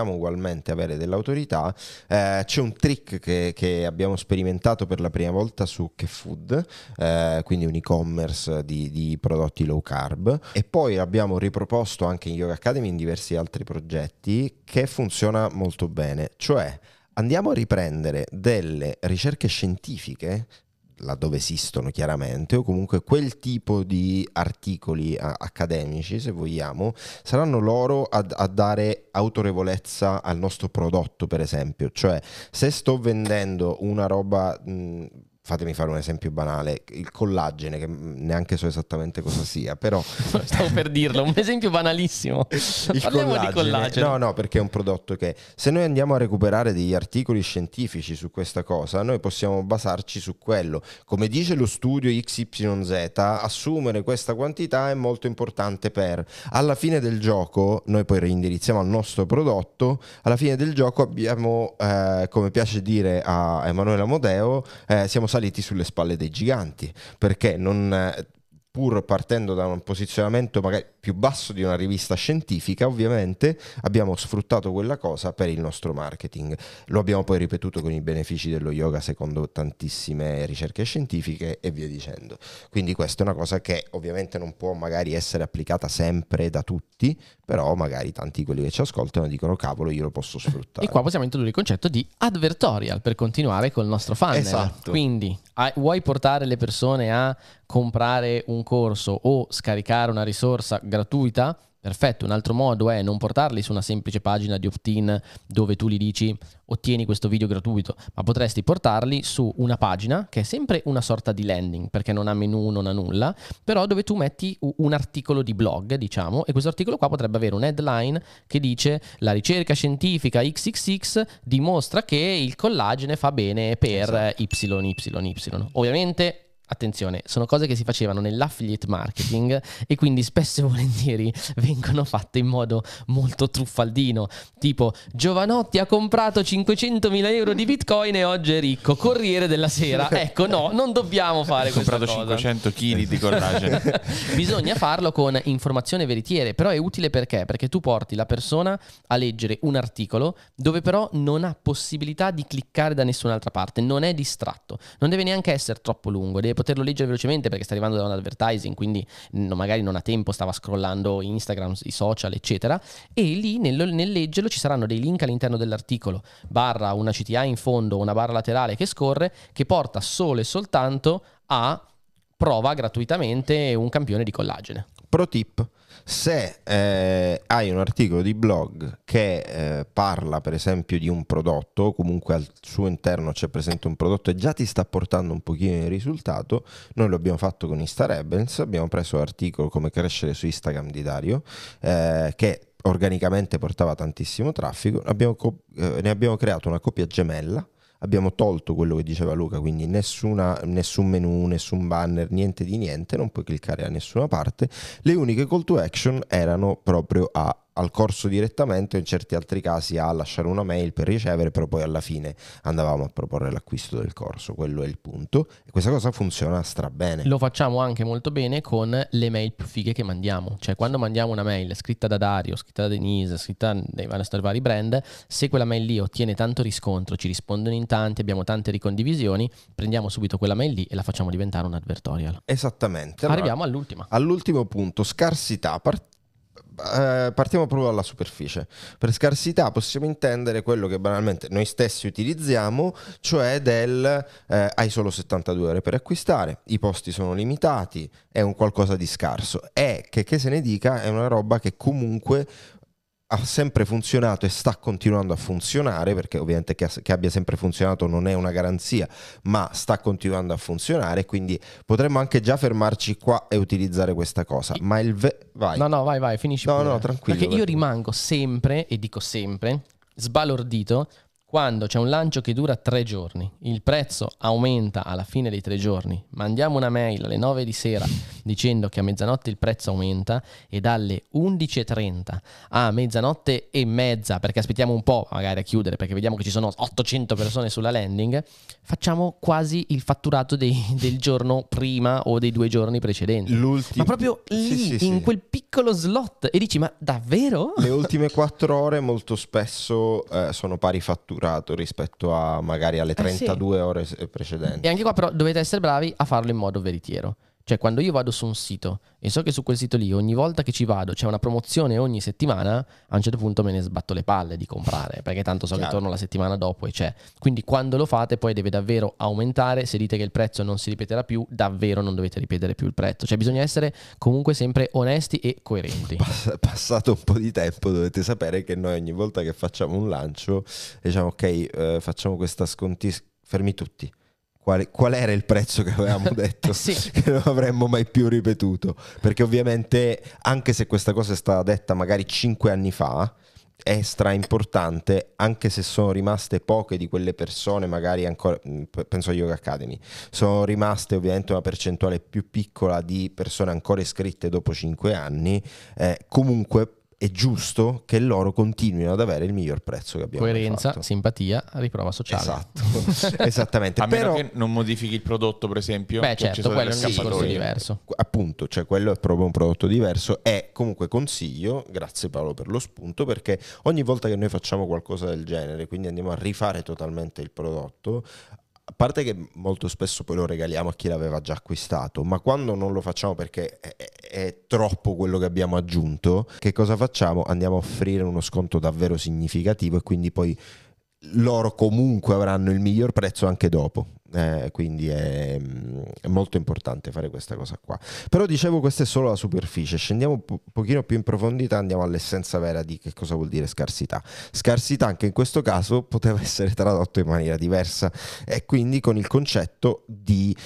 vogliamo ugualmente avere dell'autorità, eh, c'è un trick che, che abbiamo sperimentato per la prima volta su Che Food, eh, quindi un e-commerce di, di prodotti low carb, e poi abbiamo riproposto anche in Yoga Academy in diversi altri progetti, che funziona molto bene. Cioè andiamo a riprendere delle ricerche scientifiche laddove esistono chiaramente, o comunque quel tipo di articoli a- accademici, se vogliamo, saranno loro a, a dare autorevolezza al nostro prodotto, per esempio. Cioè se sto vendendo una roba, mh, fatemi fare un esempio banale, il collagene, che neanche so esattamente cosa sia, però stavo per dirlo, un esempio banalissimo. il Parliamo collagene, di collagene. no no perché è un prodotto che, se noi andiamo a recuperare degli articoli scientifici su questa cosa, noi possiamo basarci su quello. Come dice lo studio X Y Z, assumere questa quantità è molto importante per, alla fine del gioco, noi poi reindirizziamo al nostro prodotto, alla fine del gioco abbiamo, eh, come piace dire a Emanuele Amodeo, eh, siamo saliti sulle spalle dei giganti, perché non, pur partendo da un posizionamento magari più basso di una rivista scientifica, ovviamente abbiamo sfruttato quella cosa per il nostro marketing. Lo abbiamo poi ripetuto con i benefici dello yoga secondo tantissime ricerche scientifiche e via dicendo. Quindi questa è una cosa che ovviamente non può magari essere applicata sempre da tutti, però magari tanti di quelli che ci ascoltano dicono cavolo, io lo posso sfruttare. E qua possiamo introdurre il concetto di advertorial per continuare col nostro funnel. Esatto. Quindi hai, vuoi portare le persone a comprare un corso o scaricare una risorsa gratuita? Perfetto, un altro modo è non portarli su una semplice pagina di opt-in dove tu gli dici ottieni questo video gratuito, ma potresti portarli su una pagina che è sempre una sorta di landing, perché non ha menu, non ha nulla, però dove tu metti un articolo di blog, diciamo, e questo articolo qua potrebbe avere un headline che dice la ricerca scientifica X X X dimostra che il collagene fa bene per esatto. Y Y Y. Ovviamente attenzione, sono cose che si facevano nell'affiliate marketing e quindi spesso e volentieri vengono fatte in modo molto truffaldino, tipo Giovanotti ha comprato cinquecentomila euro di bitcoin e oggi è ricco, Corriere della Sera. Ecco, no, non dobbiamo fare questa cosa. Ha comprato cinquecento chili di collagene. Bisogna farlo con informazioni veritiere, però è utile perché? Perché tu porti la persona a leggere un articolo dove però non ha possibilità di cliccare da nessun'altra parte, non è distratto, non deve neanche essere troppo lungo, deve poterlo leggere velocemente perché sta arrivando da un advertising, quindi no, magari non ha tempo, stava scrollando Instagram, i social eccetera, e lì nel, nel leggerlo ci saranno dei link all'interno dell'articolo, barra una C T A in fondo, una barra laterale che scorre, che porta solo e soltanto a prova gratuitamente un campione di collagene. Pro tip: se eh, hai un articolo di blog che eh, parla per esempio di un prodotto, o comunque al suo interno c'è presente un prodotto e già ti sta portando un pochino di risultato, noi lo abbiamo fatto con Insta Rebels, abbiamo preso l'articolo come crescere su Instagram di Dario, eh, che organicamente portava tantissimo traffico, abbiamo co- eh, ne abbiamo creato una copia gemella. Abbiamo tolto quello che diceva Luca, quindi nessuna, nessun menu, nessun banner, niente di niente, non puoi cliccare da nessuna parte. Le uniche call to action erano proprio a, al corso direttamente, o in certi altri casi a lasciare una mail per ricevere, però poi alla fine andavamo a proporre l'acquisto del corso, quello è il punto. E questa cosa funziona strabene. Lo facciamo anche molto bene con le mail più fighe che mandiamo, cioè quando mandiamo una mail scritta da Dario, scritta da Denise, scritta dai vari brand, se quella mail lì ottiene tanto riscontro, ci rispondono in tanti, abbiamo tante ricondivisioni, prendiamo subito quella mail lì e la facciamo diventare un advertorial. Esattamente. Arriviamo allora, all'ultima. All'ultimo punto, scarsità. Part- eh, partiamo proprio dalla superficie. Per scarsità possiamo intendere quello che banalmente noi stessi utilizziamo, cioè del eh, hai solo settantadue ore per acquistare, i posti sono limitati, è un qualcosa di scarso, e che, che se ne dica è una roba che comunque ha sempre funzionato e sta continuando a funzionare, perché ovviamente che, che abbia sempre funzionato non è una garanzia, ma sta continuando a funzionare, quindi potremmo anche già fermarci qua e utilizzare questa cosa. Ma il ve- vai. No, no, vai, vai, finisci No, pure. no, tranquillo. Perché io perché... rimango sempre, e dico sempre, sbalordito Quando c'è un lancio che dura tre giorni, il prezzo aumenta alla fine dei tre giorni, mandiamo una mail alle nove di sera dicendo che a mezzanotte il prezzo aumenta e dalle undici e trenta a mezzanotte e mezza, perché aspettiamo un po' magari a chiudere perché vediamo che ci sono ottocento persone sulla landing, facciamo quasi il fatturato dei, del giorno prima o dei due giorni precedenti. L'ultimo... Ma proprio lì, sì, sì, in sì. quel piccolo slot, e dici ma davvero? Le ultime quattro ore molto spesso eh, sono pari fatturato rispetto a magari alle trentadue Eh sì. ore precedenti. E anche qua però dovete essere bravi a farlo in modo veritiero. Cioè quando io vado su un sito e so che su quel sito lì ogni volta che ci vado c'è una promozione ogni settimana, a un certo punto me ne sbatto le palle di comprare, perché tanto so Chiaro. che torno la settimana dopo e c'è. Quindi quando lo fate poi deve davvero aumentare. Se dite che il prezzo non si ripeterà più, davvero non dovete ripetere più il prezzo. Cioè bisogna essere comunque sempre onesti e coerenti. Pass- passato un po' di tempo dovete sapere che noi ogni volta che facciamo un lancio diciamo ok, eh, facciamo questa sconti, fermi tutti. Qual, qual era il prezzo che avevamo detto? Sì. Che non avremmo mai più ripetuto, perché ovviamente anche se questa cosa è stata detta magari cinque anni fa, è stra importante, anche se sono rimaste poche di quelle persone, magari ancora, penso a Yoga Academy, sono rimaste ovviamente una percentuale più piccola di persone ancora iscritte dopo cinque anni, eh, comunque è giusto che loro continuino ad avere il miglior prezzo che abbiamo mai Coerenza, fatto. simpatia, riprova sociale. Esatto, esattamente. A Però, meno che non modifichi il prodotto, per esempio. Beh che ci certo, sono quello è delle un discorso scappatoie. diverso. appunto, cioè quello è proprio un prodotto diverso. E comunque consiglio, grazie Paolo per lo spunto, perché ogni volta che noi facciamo qualcosa del genere, quindi andiamo a rifare totalmente il prodotto, a parte che molto spesso poi lo regaliamo a chi l'aveva già acquistato, ma quando non lo facciamo perché è, è, è troppo quello che abbiamo aggiunto, che cosa facciamo? Andiamo a offrire uno sconto davvero significativo e quindi poi loro comunque avranno il miglior prezzo anche dopo. Eh, quindi è, è molto importante fare questa cosa qua. Però dicevo, questa è solo la superficie, scendiamo un po- pochino più in profondità, andiamo all'essenza vera di che cosa vuol dire scarsità. Scarsità anche in questo caso poteva essere tradotto in maniera diversa, e quindi con il concetto di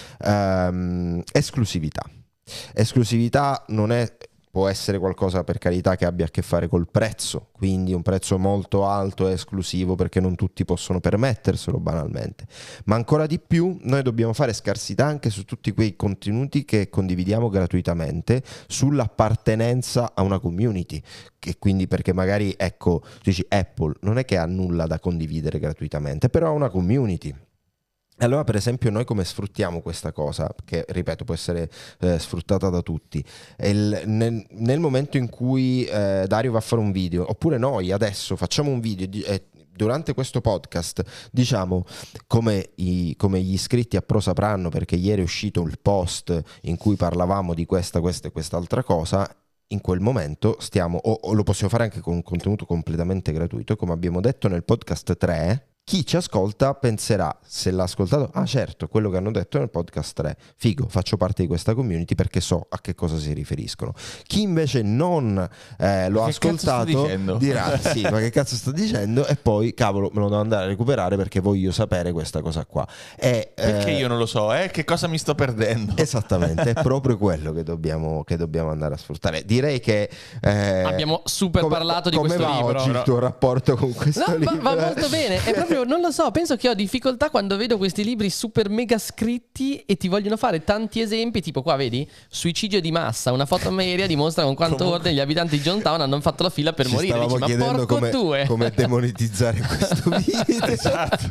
ehm, esclusività. Esclusività non è, può essere qualcosa, per carità, che abbia a che fare col prezzo, quindi un prezzo molto alto e esclusivo perché non tutti possono permetterselo banalmente, ma ancora di più noi dobbiamo fare scarsità anche su tutti quei contenuti che condividiamo gratuitamente, sull'appartenenza a una community, che quindi, perché magari ecco, tu dici Apple non è che ha nulla da condividere gratuitamente, però ha una community. Allora, per esempio, noi come sfruttiamo questa cosa, che ripeto può essere eh, sfruttata da tutti? Il, nel, nel momento in cui eh, Dario va a fare un video, oppure noi adesso facciamo un video e eh, durante questo podcast diciamo, come, i, come gli iscritti a Pro sapranno, perché ieri è uscito il post in cui parlavamo di questa, questa e quest'altra cosa, in quel momento stiamo, o, o lo possiamo fare anche con un contenuto completamente gratuito, come abbiamo detto nel podcast tre. Chi ci ascolta penserà, se l'ha ascoltato, ah certo, quello che hanno detto nel podcast tre, figo, faccio parte di questa community perché so a che cosa si riferiscono. Chi invece non eh, lo ha ascoltato dirà, sì, ma che cazzo sto dicendo? E poi, cavolo, me lo devo andare a recuperare perché voglio sapere questa cosa qua. E, Perché eh, io non lo so, eh? Che cosa mi sto perdendo? Esattamente, è proprio quello che dobbiamo, che dobbiamo andare a sfruttare. Direi che eh, abbiamo super come, parlato di come questo va libro. oggi il tuo rapporto con questo No, libro? va, va molto bene. È proprio, non lo so, penso che ho difficoltà quando vedo questi libri super mega scritti e ti vogliono fare tanti esempi, tipo qua vedi, suicidio di massa, una foto aerea dimostra con quanto Comunque... ordine gli abitanti di Johntown hanno fatto la fila per Ci morire. stavamo Dici, ma chiedendo porco come, due. come demonetizzare questo video. Esatto.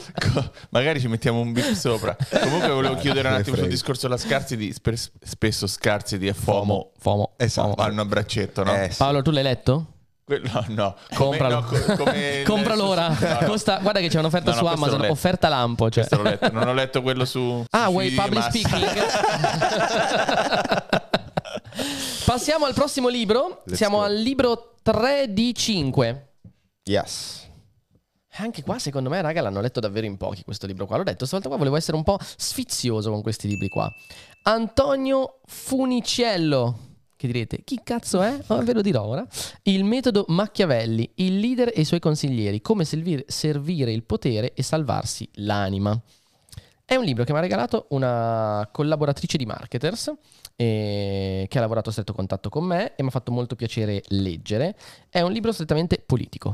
Magari ci mettiamo un bip sopra. Comunque volevo chiudere un attimo sul discorso della scarsity. Spe- spesso scarsity e FOMO, FOMO. Esatto. hanno un braccetto, no? Eh, sì. Paolo, tu l'hai letto? Quello, no, come, Compralo. no, co- come Compralo ora. No, no. Costa, guarda che c'è un'offerta No, no, su questo Amazon, l'ho letto. offerta lampo. Cioè. Questo l'ho letto. Non ho letto quello su Ah, su vuoi Suicidio di public massa. speaking? Passiamo al prossimo libro. Let's Siamo go. al libro tre di cinque. Yes. Anche qua secondo me, raga, l'hanno letto davvero in pochi questo libro qua. L'ho detto, stavolta qua volevo essere un po' sfizioso con questi libri qua. Antonio Funicello. Che direte, chi cazzo è? Oh, ve lo dirò ora. Il metodo Machiavelli, il leader e i suoi consiglieri, come servire, servire il potere e salvarsi l'anima. È un libro che mi ha regalato una collaboratrice di Marketers eh, che ha lavorato a stretto contatto con me e mi ha fatto molto piacere leggere. È un libro strettamente politico.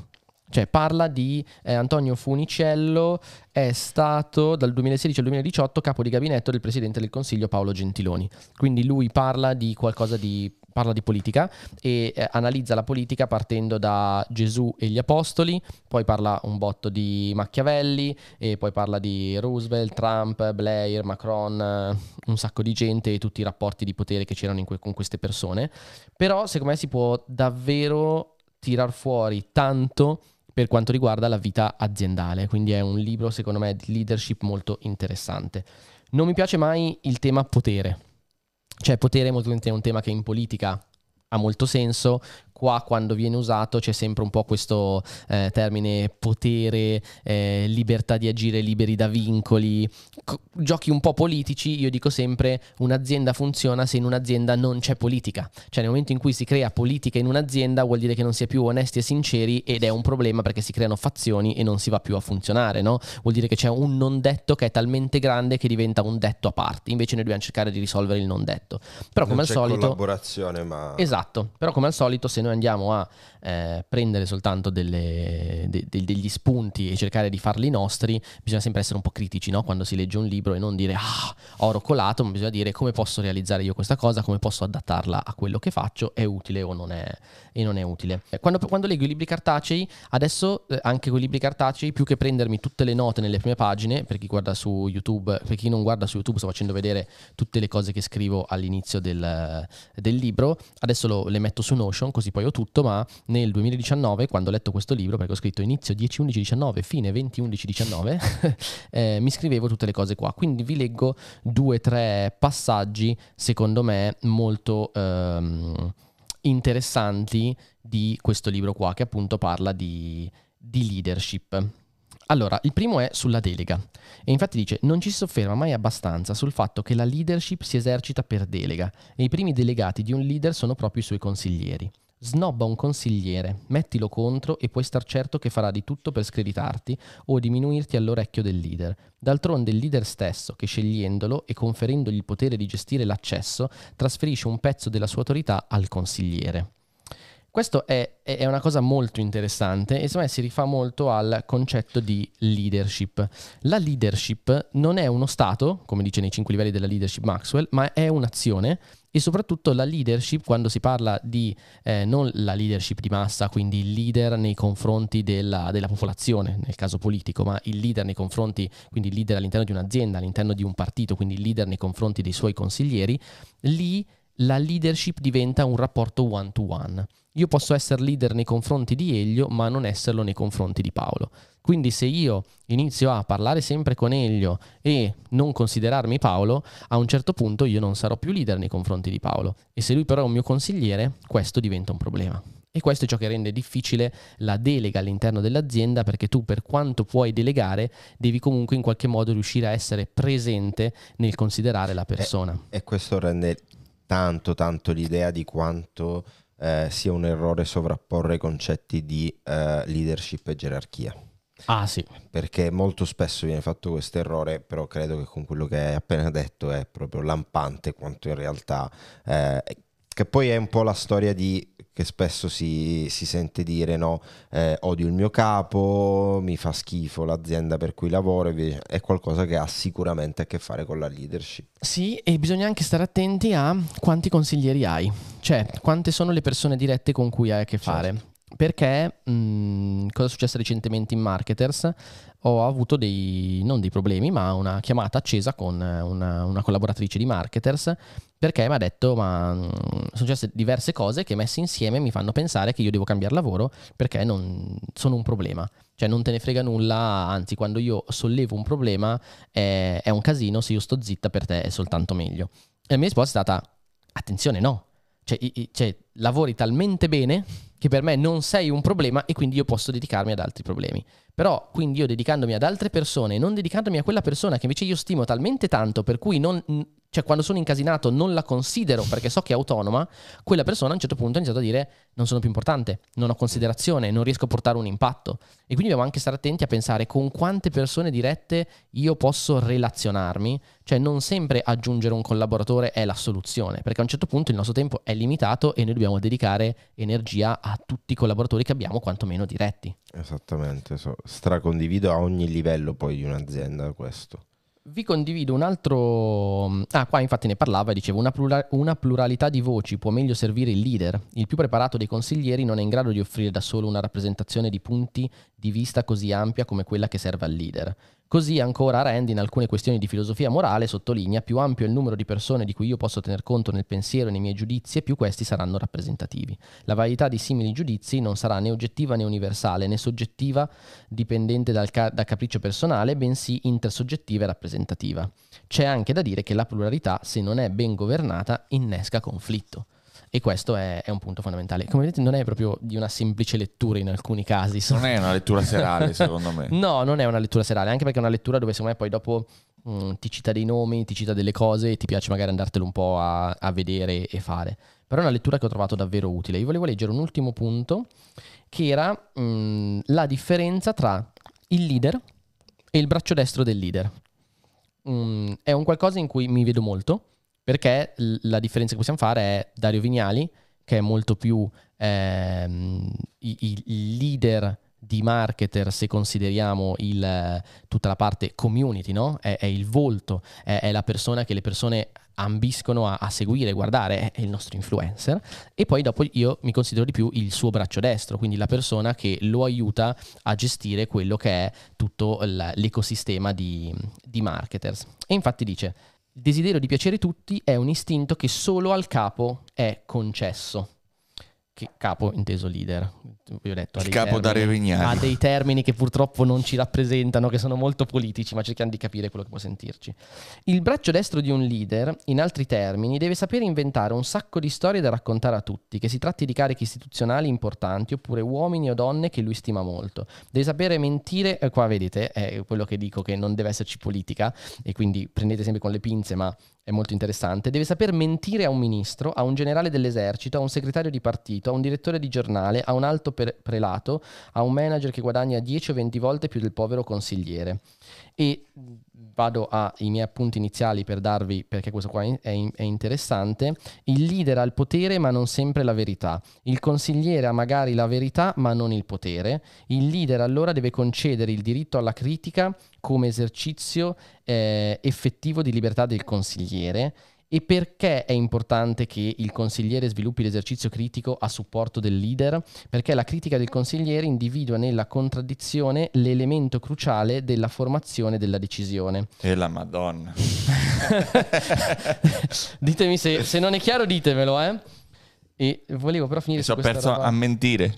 Cioè parla di eh, Antonio Funicello, è stato dal duemilasedici al duemiladiciotto capo di gabinetto del Presidente del Consiglio Paolo Gentiloni. Quindi lui parla di qualcosa di, parla di politica e eh, analizza la politica partendo da Gesù e gli Apostoli, poi parla un botto di Machiavelli e poi parla di Roosevelt, Trump, Blair, Macron, eh, un sacco di gente e tutti i rapporti di potere che c'erano in que- con queste persone. Però secondo me si può davvero tirar fuori tanto per quanto riguarda la vita aziendale, quindi è un libro secondo me di leadership molto interessante. Non mi piace mai il tema potere, cioè potere è molto è un tema che in politica ha molto senso, qua quando viene usato c'è sempre un po' questo eh, termine potere, eh, libertà di agire liberi da vincoli, co- giochi un po' politici. Io dico sempre un'azienda funziona se in un'azienda non c'è politica, cioè nel momento in cui si crea politica in un'azienda vuol dire che non si è più onesti e sinceri ed è un problema perché si creano fazioni e non si va più a funzionare, no? Vuol dire che c'è un non detto che è talmente grande che diventa un detto a parte, invece noi dobbiamo cercare di risolvere il non detto. Però come non al c'è solito collaborazione, ma esatto, però come al solito se noi andiamo a eh, prendere soltanto delle, de, de, degli spunti e cercare di farli nostri, bisogna sempre essere un po' critici, no? Quando si legge un libro e non dire ah, oro colato, ma bisogna dire come posso realizzare io questa cosa, come posso adattarla a quello che faccio, è utile o non è, e non è utile. Quando, quando leggo i libri cartacei, adesso eh, anche con i libri cartacei, più che prendermi tutte le note nelle prime pagine, per chi guarda su YouTube, per chi non guarda su YouTube sto facendo vedere tutte le cose che scrivo all'inizio del, del libro, adesso lo, le metto su Notion così poi ho tutto, ma nel duemiladiciannove quando ho letto questo libro, perché ho scritto inizio dieci undici diciannove, fine venti undici diciannove, eh, mi scrivevo tutte le cose qua, quindi vi leggo due o tre passaggi secondo me molto ehm, interessanti di questo libro qua, che appunto parla di, di leadership. Allora, il primo è sulla delega e infatti dice non ci si sofferma mai abbastanza sul fatto che la leadership si esercita per delega e i primi delegati di un leader sono proprio i suoi consiglieri. Snobba un consigliere, mettilo contro e puoi star certo che farà di tutto per screditarti o diminuirti all'orecchio del leader. D'altronde il leader stesso, che scegliendolo e conferendogli il potere di gestire l'accesso, trasferisce un pezzo della sua autorità al consigliere. Questo è, è una cosa molto interessante e secondo me si rifà molto al concetto di leadership. La leadership non è uno stato, come dice nei cinque livelli della leadership Maxwell, ma è un'azione. E soprattutto la leadership, quando si parla di eh, non la leadership di massa, quindi il leader nei confronti della, della popolazione, nel caso politico, ma il leader nei confronti, quindi il leader all'interno di un'azienda, all'interno di un partito, quindi il leader nei confronti dei suoi consiglieri, lì la leadership diventa un rapporto one to one. Io posso essere leader nei confronti di Elio, ma non esserlo nei confronti di Paolo. Quindi se io inizio a parlare sempre con Elio e non considerarmi Paolo, a un certo punto io non sarò più leader nei confronti di Paolo. E se lui però è un mio consigliere, questo diventa un problema. E questo è ciò che rende difficile la delega all'interno dell'azienda, perché tu, per quanto puoi delegare, devi comunque in qualche modo riuscire a essere presente nel considerare la persona. E, e questo rende tanto tanto l'idea di quanto eh, sia un errore sovrapporre i concetti di eh, leadership e gerarchia. Ah sì. Perché molto spesso viene fatto questo errore, però credo che con quello che hai appena detto è proprio lampante quanto in realtà eh, che poi è un po' la storia di che spesso si, si sente dire no, eh, odio il mio capo, mi fa schifo l'azienda per cui lavoro, è qualcosa che ha sicuramente a che fare con la leadership. Sì, e bisogna anche stare attenti a quanti consiglieri hai, cioè quante sono le persone dirette con cui hai a che fare. Certo. Perché mh, cosa è successo recentemente in Marketers? Ho avuto dei, non dei problemi, ma una chiamata accesa con una, una collaboratrice di Marketers, perché mi ha detto ma mh, sono successe diverse cose che messe insieme mi fanno pensare che io devo cambiare lavoro perché non sono un problema. Cioè non te ne frega nulla, anzi quando io sollevo un problema è, è un casino, se io sto zitta per te è soltanto meglio. E la mia risposta è stata attenzione no, cioè, cioè lavori talmente bene che per me non sei un problema e quindi io posso dedicarmi ad altri problemi. Però quindi io dedicandomi ad altre persone e non dedicandomi a quella persona che invece io stimo talmente tanto per cui non cioè quando sono incasinato non la considero perché so che è autonoma, quella persona a un certo punto ha iniziato a dire non sono più importante, non ho considerazione, non riesco a portare un impatto. E quindi dobbiamo anche stare attenti a pensare con quante persone dirette io posso relazionarmi, cioè non sempre aggiungere un collaboratore è la soluzione, perché a un certo punto il nostro tempo è limitato e noi dobbiamo dedicare energia a tutti i collaboratori che abbiamo, quantomeno diretti. Esattamente, so. stracondivido a ogni livello poi di un'azienda questo. Vi condivido un altro... Ah, qua infatti ne parlava e dicevo una, plura... una pluralità di voci può meglio servire il leader. Il più preparato dei consiglieri non è in grado di offrire da solo una rappresentazione di punti di vista così ampia come quella che serve al leader. Così ancora Rand in alcune questioni di filosofia morale sottolinea più ampio è il numero di persone di cui io posso tener conto nel pensiero e nei miei giudizi e più questi saranno rappresentativi. La varietà di simili giudizi non sarà né oggettiva né universale né soggettiva dipendente dal ca- da capriccio personale, bensì intersoggettiva e rappresentativa. C'è anche da dire che la pluralità, se non è ben governata, innesca conflitto. E questo è, è un punto fondamentale. Come vedete non è proprio di una semplice lettura in alcuni casi. Non è una lettura serale secondo me. No, non è una lettura serale, anche perché è una lettura dove secondo me poi dopo mh, ti cita dei nomi, ti cita delle cose e ti piace magari andartelo un po' a, a vedere e fare. Però è una lettura che ho trovato davvero utile. Io volevo leggere un ultimo punto che era mh, la differenza tra il leader e il braccio destro del leader. Mh, è un qualcosa in cui mi vedo molto, perché la differenza che possiamo fare è Dario Vignali, che è molto più ehm, il, il leader di marketer, se consideriamo il, tutta la parte community, no? È, è il volto, è, è la persona che le persone ambiscono a, a seguire, guardare, è il nostro influencer. E poi dopo io mi considero di più il suo braccio destro, quindi la persona che lo aiuta a gestire quello che è tutto l'ecosistema di, di marketers. E infatti dice: il desiderio di piacere tutti è un istinto che solo al capo è concesso. Che capo inteso leader. Vi ho detto, ha Il dei capo termini, Dario Vignali. ha dei termini che purtroppo non ci rappresentano, che sono molto politici, ma cerchiamo di capire quello che può sentirci. Il braccio destro di un leader, in altri termini, deve sapere inventare un sacco di storie da raccontare a tutti, che si tratti di cariche istituzionali importanti oppure uomini o donne che lui stima molto. Deve sapere mentire, eh, qua vedete, è quello che dico, che non deve esserci politica e quindi prendete sempre con le pinze, ma è molto interessante. Deve saper mentire a un ministro, a un generale dell'esercito, a un segretario di partito, a un direttore di giornale, a un alto per- prelato, a un manager che guadagna dieci o venti volte più del povero consigliere. E vado ai miei appunti iniziali per darvi, perché questo qua è, è interessante. Il leader ha il potere ma non sempre la verità. Il consigliere ha magari la verità ma non il potere. Il leader allora deve concedere il diritto alla critica come esercizio eh, effettivo di libertà del consigliere. E perché è importante che il consigliere sviluppi l'esercizio critico a supporto del leader? Perché la critica del consigliere individua nella contraddizione l'elemento cruciale della formazione della decisione. E la Madonna. Ditemi se, se non è chiaro, ditemelo, eh. E volevo però finire Mi su sono questa perso roba. a mentire.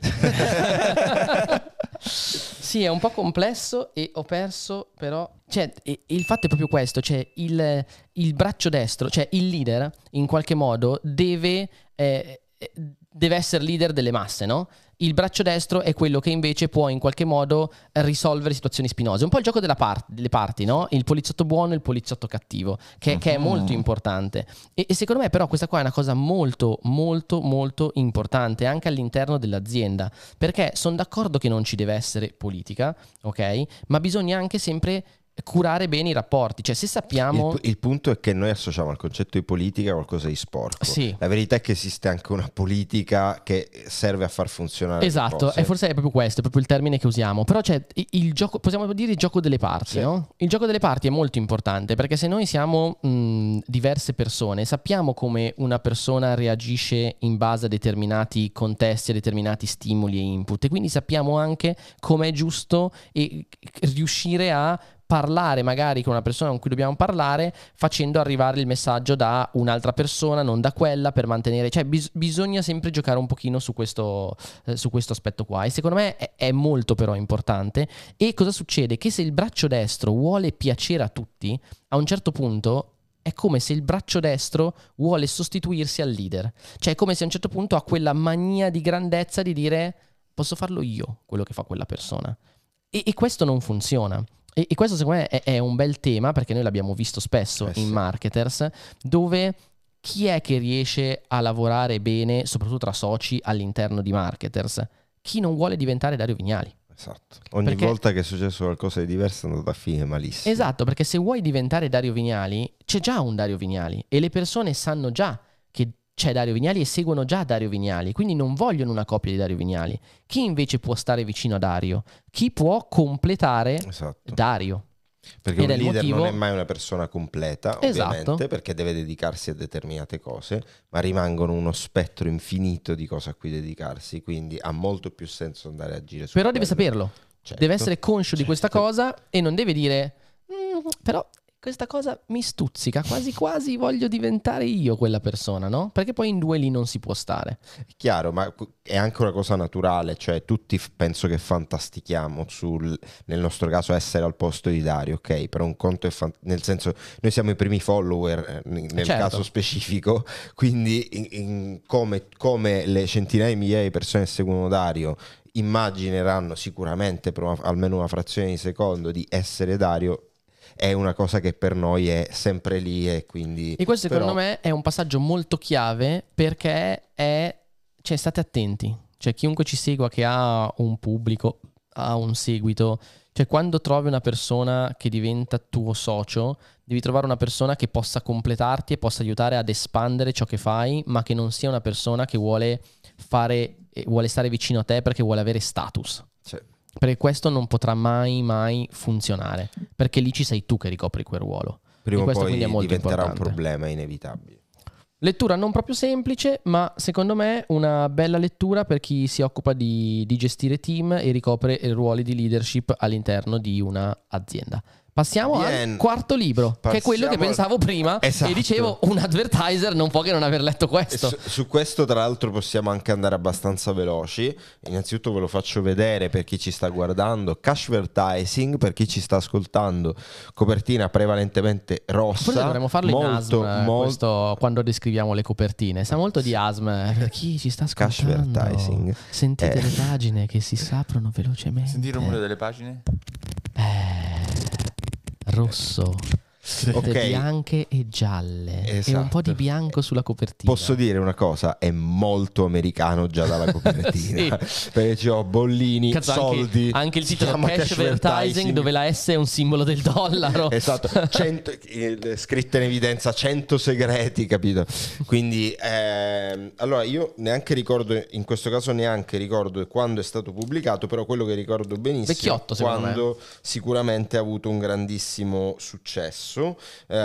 Sì, è un po' complesso e ho perso però... Cioè, e- il fatto è proprio questo, cioè il, il braccio destro, cioè il leader in qualche modo deve, eh, deve essere leader delle masse, no? Il braccio destro è quello che invece può in qualche modo risolvere situazioni spinose. Un po' il gioco della par- delle parti, no? Il poliziotto buono e il poliziotto cattivo, che, uh-huh. che è molto importante. E, e secondo me però questa qua è una cosa molto, molto, molto importante anche all'interno dell'azienda. Perché sono d'accordo che non ci deve essere politica, ok? Ma bisogna anche sempre curare bene i rapporti, cioè se sappiamo... Il, il punto è che noi associamo al concetto di politica qualcosa di sporco. Sì. La verità è che esiste anche una politica che serve a far funzionare esatto, le cose. E forse è proprio questo, è proprio il termine che usiamo. Però c'è il, il gioco, possiamo dire il gioco delle parti, sì. No? Il gioco delle parti è molto importante perché se noi siamo mh, diverse persone, sappiamo come una persona reagisce in base a determinati contesti, a determinati stimoli e input, e quindi sappiamo anche come è giusto e riuscire a parlare magari con una persona con cui dobbiamo parlare, facendo arrivare il messaggio da un'altra persona, non da quella, per mantenere... Cioè bis- bisogna sempre giocare un pochino su questo, eh, su questo aspetto qua. E secondo me è, è molto però importante. E cosa succede? Che se il braccio destro vuole piacere a tutti, a un certo punto è come se il braccio destro vuole sostituirsi al leader. Cioè è come se a un certo punto ha quella mania di grandezza di dire posso farlo io, quello che fa quella persona. E, e questo non funziona. E, e questo secondo me è, è un bel tema, perché noi l'abbiamo visto spesso eh in sì. marketers, dove chi è che riesce a lavorare bene, soprattutto tra soci, all'interno di marketers? Chi non vuole diventare Dario Vignali. Esatto. Ogni Perché... volta che è successo qualcosa di diverso è andato a finire malissimo. Esatto, perché se vuoi diventare Dario Vignali, c'è già un Dario Vignali e le persone sanno già che c'è Dario Vignali e seguono già Dario Vignali, quindi non vogliono una copia di Dario Vignali. Chi invece può stare vicino a Dario? Chi può completare Esatto. Dario? Perché Ed un è il leader motivo- non è mai una persona completa, Esatto. ovviamente, perché deve dedicarsi a determinate cose, ma rimangono uno spettro infinito di cose a cui dedicarsi, quindi ha molto più senso andare a agire su Però deve quello. saperlo, Certo. deve essere conscio di questa Certo. cosa e non deve dire "Mm, però questa cosa mi stuzzica, quasi quasi voglio diventare io quella persona", no? Perché poi in due lì non si può stare. È chiaro, ma è anche una cosa naturale, cioè tutti f- penso che fantastichiamo sul, nel nostro caso, essere al posto di Dario, ok? Però un conto è fan- nel senso, noi siamo i primi follower eh, nel Certo. caso specifico, quindi in- in come, come le centinaia di migliaia di persone che seguono Dario immagineranno sicuramente per una- almeno una frazione di secondo di essere Dario, è una cosa che per noi è sempre lì e quindi... E questo secondo però- me è un passaggio molto chiave, perché è, cioè state attenti, cioè chiunque ci segua che ha un pubblico, ha un seguito, cioè quando trovi una persona che diventa tuo socio, devi trovare una persona che possa completarti e possa aiutare ad espandere ciò che fai, ma che non sia una persona che vuole fare, eh, vuole stare vicino a te perché vuole avere status. Sì. Perché questo non potrà mai mai funzionare, perché lì ci sei tu che ricopri quel ruolo. Prima E o questo poi quindi è molto diventerà importante. un problema inevitabile. Lettura non proprio semplice, ma secondo me una bella lettura per chi si occupa di, di gestire team e ricopre ruoli di leadership all'interno di una azienda. Passiamo Bien. al quarto libro, che è quello che Passiamo- pensavo prima, Esatto. e dicevo un advertiser non può che non aver letto E questo. Su, su questo tra l'altro possiamo anche andare abbastanza veloci. Innanzitutto ve lo faccio vedere per chi ci sta guardando. Cashvertising, per chi ci sta ascoltando, copertina prevalentemente rossa. Forse dovremmo farlo molto, in A S M, molto questo, quando descriviamo le copertine. Sa molto di A S M, per chi ci sta ascoltando. Cashvertising. Sentite Eh. le pagine che si aprono velocemente. Senti il rumore delle pagine? Eh, rosso, scritte Ok. bianche e gialle, e un Esatto. po' di bianco sulla copertina. Posso dire una cosa, è molto americano già dalla copertina. Perché ci ho bollini, Cazzo, anche- soldi. anche, il si titolo chiama Cashvertising, dove la S è un simbolo del dollaro. Esatto, cento, eh, scritte in evidenza cento segreti, capito? Quindi ehm, allora io neanche ricordo, in questo caso neanche ricordo quando è stato pubblicato, però quello che ricordo benissimo Vecchiotto, secondo me. quando sicuramente ha avuto un grandissimo successo. Eh,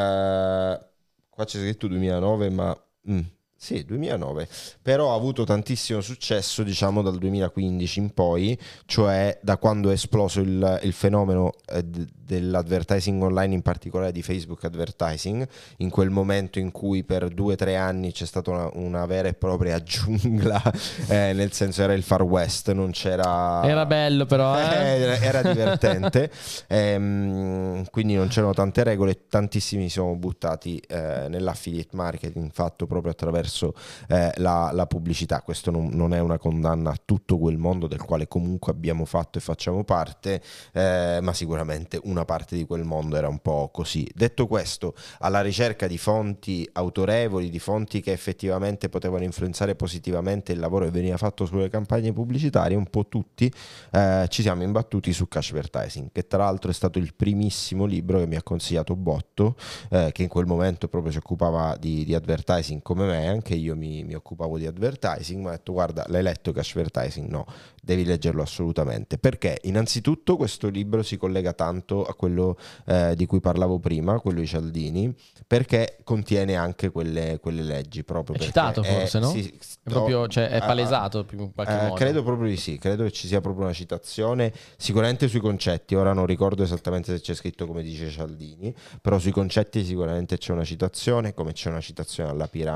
qua c'è scritto duemilanove, ma mm, sì, duemilanove, però ha avuto tantissimo successo, diciamo, dal duemilaquindici in poi, cioè da quando è esploso il, il fenomeno eh, d- dell'advertising online, in particolare di Facebook advertising, in quel momento in cui per due o tre anni c'è stata una, una vera e propria giungla, eh, nel senso era il Far West, non c'era... Era bello però, eh? Eh, era divertente, ehm, quindi non c'erano tante regole, tantissimi si sono buttati eh, nell'affiliate marketing fatto proprio attraverso eh, la, la pubblicità. Questo non, non è una condanna a tutto quel mondo del quale comunque abbiamo fatto e facciamo parte, eh, ma sicuramente una parte di quel mondo era un po' così. Detto questo, alla ricerca di fonti autorevoli, di fonti che effettivamente potevano influenzare positivamente il lavoro che veniva fatto sulle campagne pubblicitarie, un po' tutti eh, ci siamo imbattuti su Cashvertising, che tra l'altro è stato il primissimo libro che mi ha consigliato Botto, eh, che in quel momento proprio si occupava di, di advertising come me. Anche io mi, mi occupavo di advertising, mi ha detto: guarda, l'hai letto Cashvertising? No, devi leggerlo assolutamente, perché innanzitutto questo libro si collega tanto a quello eh, di cui parlavo prima, quello di Cialdini, perché contiene anche quelle, quelle leggi proprio. È perché citato forse, no? sì, È proprio, cioè, è ah, palesato più in qualche eh, modo. credo proprio di sì, credo che ci sia proprio una citazione, sicuramente sui concetti, ora non ricordo esattamente se c'è scritto come dice Cialdini, però sui concetti sicuramente c'è una citazione, come c'è una citazione alla piramide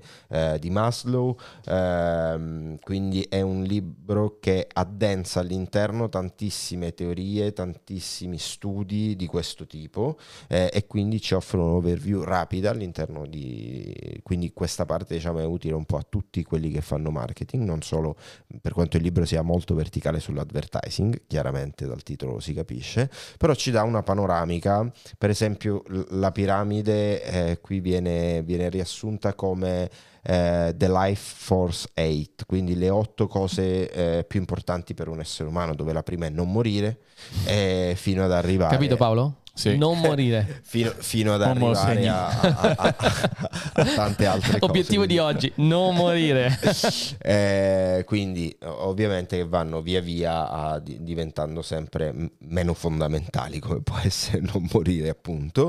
eh, di Maslow, ehm, quindi è un libro che addensa all'interno tantissime teorie, tantissimi studi di questo tipo, eh, e quindi ci offre un overview rapida all'interno di... quindi questa parte diciamo è utile un po' a tutti quelli che fanno marketing, non solo, per quanto il libro sia molto verticale sull'advertising, chiaramente dal titolo si capisce, però ci dà una panoramica. Per esempio la piramide eh, qui viene, viene riassunta come eh, The Life Force otto, quindi le otto cose eh, più importanti per un essere umano, dove la prima è non morire, eh, fino ad arrivare... Capito Paolo? Sì. Non morire. Fino, fino ad Non arrivare a, a, a, a tante altre cose. Obiettivo di oggi, non morire. eh, quindi ovviamente che vanno via via a, di, diventando sempre m- meno fondamentali, come può essere non morire appunto.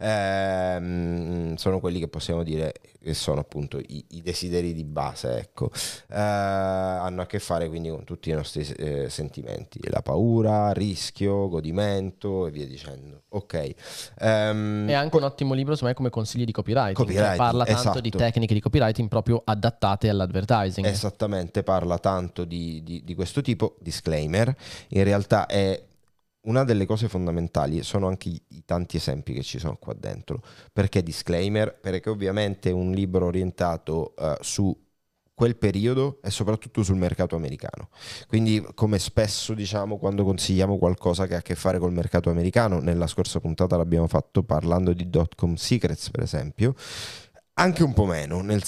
Eh, sono quelli che possiamo dire che sono appunto i, i desideri di base, ecco. Eh, hanno a che fare quindi con tutti i nostri eh, sentimenti, la paura, rischio, godimento e via dicendo. Ok. Um, è anche un ottimo libro secondo me come consigli di copywriting, copywriting cioè parla tanto esatto. di tecniche di copywriting proprio adattate all'advertising. Esattamente, parla tanto di, di, di questo tipo. Disclaimer, in realtà è una delle cose fondamentali, sono anche i, i tanti esempi che ci sono qua dentro. Perché disclaimer? Perché ovviamente è un libro orientato uh, su quel periodo e soprattutto sul mercato americano, quindi come spesso diciamo quando consigliamo qualcosa che ha a che fare col mercato americano, nella scorsa puntata l'abbiamo fatto parlando di dot-com secrets per esempio, anche un po' meno, nel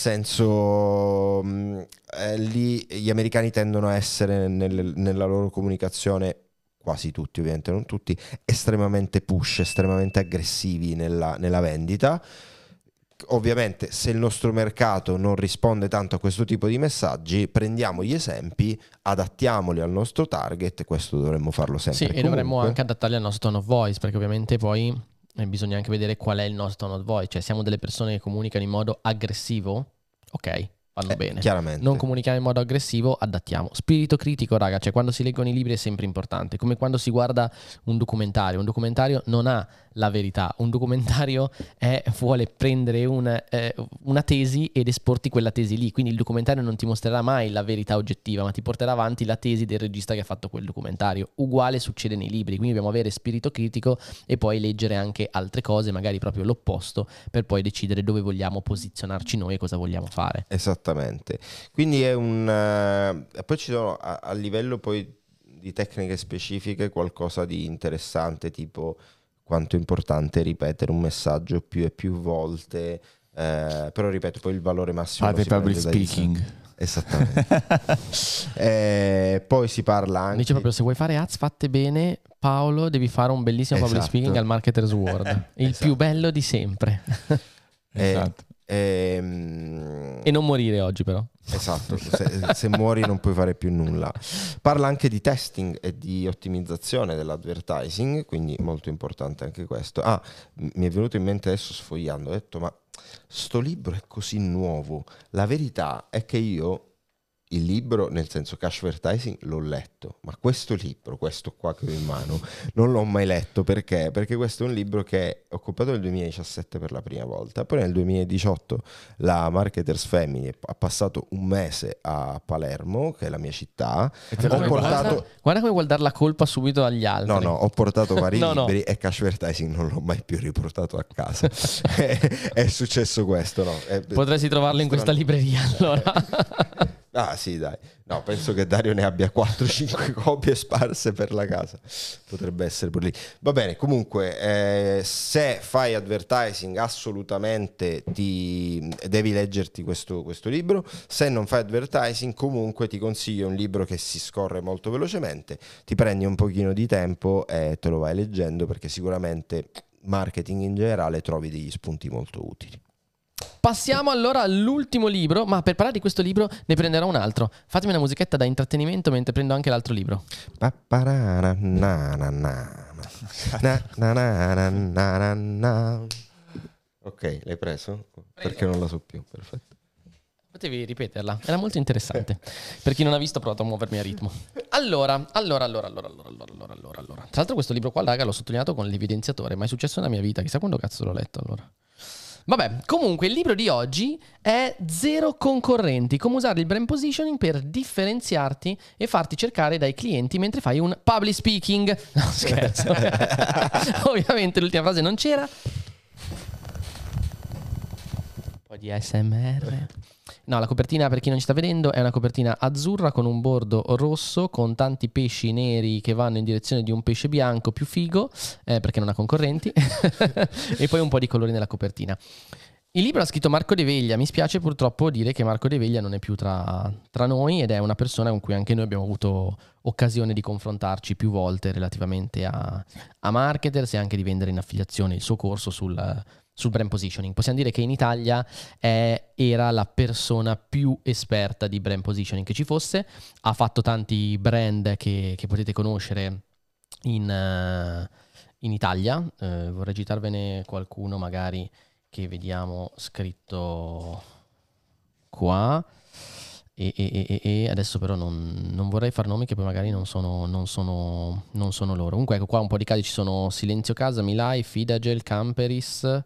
senso mh, eh, lì gli americani tendono a essere nel, nella loro comunicazione, quasi tutti ovviamente, non tutti, estremamente push, estremamente aggressivi nella, nella vendita. Ovviamente se il nostro mercato non risponde tanto a questo tipo di messaggi, prendiamo gli esempi, adattiamoli al nostro target, questo dovremmo farlo sempre. Sì, e dovremmo anche adattarli al nostro tone of voice, perché ovviamente poi eh, bisogna anche vedere qual è il nostro tone of voice, cioè siamo delle persone che comunicano in modo aggressivo, ok, vanno eh, bene. Chiaramente. Non comunichiamo in modo aggressivo, adattiamo. Spirito critico, raga, cioè quando si leggono i libri è sempre importante, come quando si guarda un documentario. Un documentario non ha la verità, un documentario è, vuole prendere una, eh, una tesi ed esporti quella tesi lì, quindi il documentario non ti mostrerà mai la verità oggettiva, ma ti porterà avanti la tesi del regista che ha fatto quel documentario. Uguale succede nei libri, quindi dobbiamo avere spirito critico e poi leggere anche altre cose, magari proprio l'opposto, per poi decidere dove vogliamo posizionarci noi e cosa vogliamo fare. Esattamente, quindi è un uh, poi ci sono a, a livello poi di tecniche specifiche qualcosa di interessante, tipo quanto è importante ripetere un messaggio più e più volte, eh, però ripeto poi il valore massimo fate public speaking. Esattamente. eh, poi si parla anche dice proprio se vuoi fare ads fatte bene, Paolo, devi fare un bellissimo esatto. public speaking al Marketers World, il esatto. più bello di sempre. Esatto. Eh, ehm... e non morire oggi però. Esatto, se, se muori non puoi fare più nulla. Parla anche di testing e di ottimizzazione dell'advertising, quindi molto importante anche questo. Ah, mi è venuto in mente adesso sfogliando, ho detto ma sto libro è così nuovo. La verità è che io il libro, nel senso cash advertising, l'ho letto, ma questo libro, questo qua che ho in mano, non l'ho mai letto. Perché? Perché questo è un libro che ho comprato nel duemiladiciassette per la prima volta, poi nel duemiladiciotto la Marketers Family ha passato un mese a Palermo, che è la mia città, ho Guarda, portato... guarda come vuol dare la colpa subito agli altri. No, no, ho portato vari no, libri no. e cash advertising non l'ho mai più riportato a casa. è, è successo questo, no? È... Potresti trovarlo in questa libreria allora. Ah sì, dai. No, penso che Dario ne abbia quattro cinque copie sparse per la casa. Potrebbe essere pure lì. Va bene, comunque, eh, se fai advertising assolutamente ti devi leggerti questo, questo libro. Se non fai advertising, comunque ti consiglio un libro che si scorre molto velocemente. Ti prendi un pochino di tempo e te lo vai leggendo, perché sicuramente marketing in generale trovi degli spunti molto utili. Passiamo allora all'ultimo libro, ma per parlare di questo libro ne prenderò un altro. Fatemi una musichetta da intrattenimento mentre prendo anche l'altro libro. Ok, l'hai preso? Perché non la so più, perfetto. Potevi ripeterla, era molto interessante. Per chi non ha visto, ho provato a muovermi a ritmo. Allora, allora, allora, allora, allora, allora, allora, allora. Tra l'altro questo libro qua, raga, l'ho sottolineato con l'evidenziatore, ma è successo nella mia vita, chissà quando cazzo l'ho letto allora. Vabbè, comunque il libro di oggi è Zero concorrenti, come usare il brand positioning per differenziarti e farti cercare dai clienti mentre fai un public speaking. No, scherzo. Ovviamente l'ultima frase non c'era. Un po' di A S M R. No, la copertina, per chi non ci sta vedendo, è una copertina azzurra con un bordo rosso con tanti pesci neri che vanno in direzione di un pesce bianco più figo, eh, perché non ha concorrenti, e poi un po' di colori nella copertina. Il libro ha scritto Marco De Veglia. Mi spiace purtroppo dire che Marco De Veglia non è più tra, tra noi ed è una persona con cui anche noi abbiamo avuto occasione di confrontarci più volte relativamente a, a marketers e anche di vendere in affiliazione il suo corso sul... sul brand positioning. Possiamo dire che in Italia è, era la persona più esperta di brand positioning che ci fosse. Ha fatto tanti brand che, che potete conoscere in, uh, in Italia. Uh, vorrei citarvene qualcuno magari che vediamo scritto qua. E, e, e, e adesso però non, non vorrei far nomi che poi magari non sono, non sono, non sono loro. Comunque ecco qua un po' di casi ci sono: Silenzio Casa, Milife, Idagel, Camperis,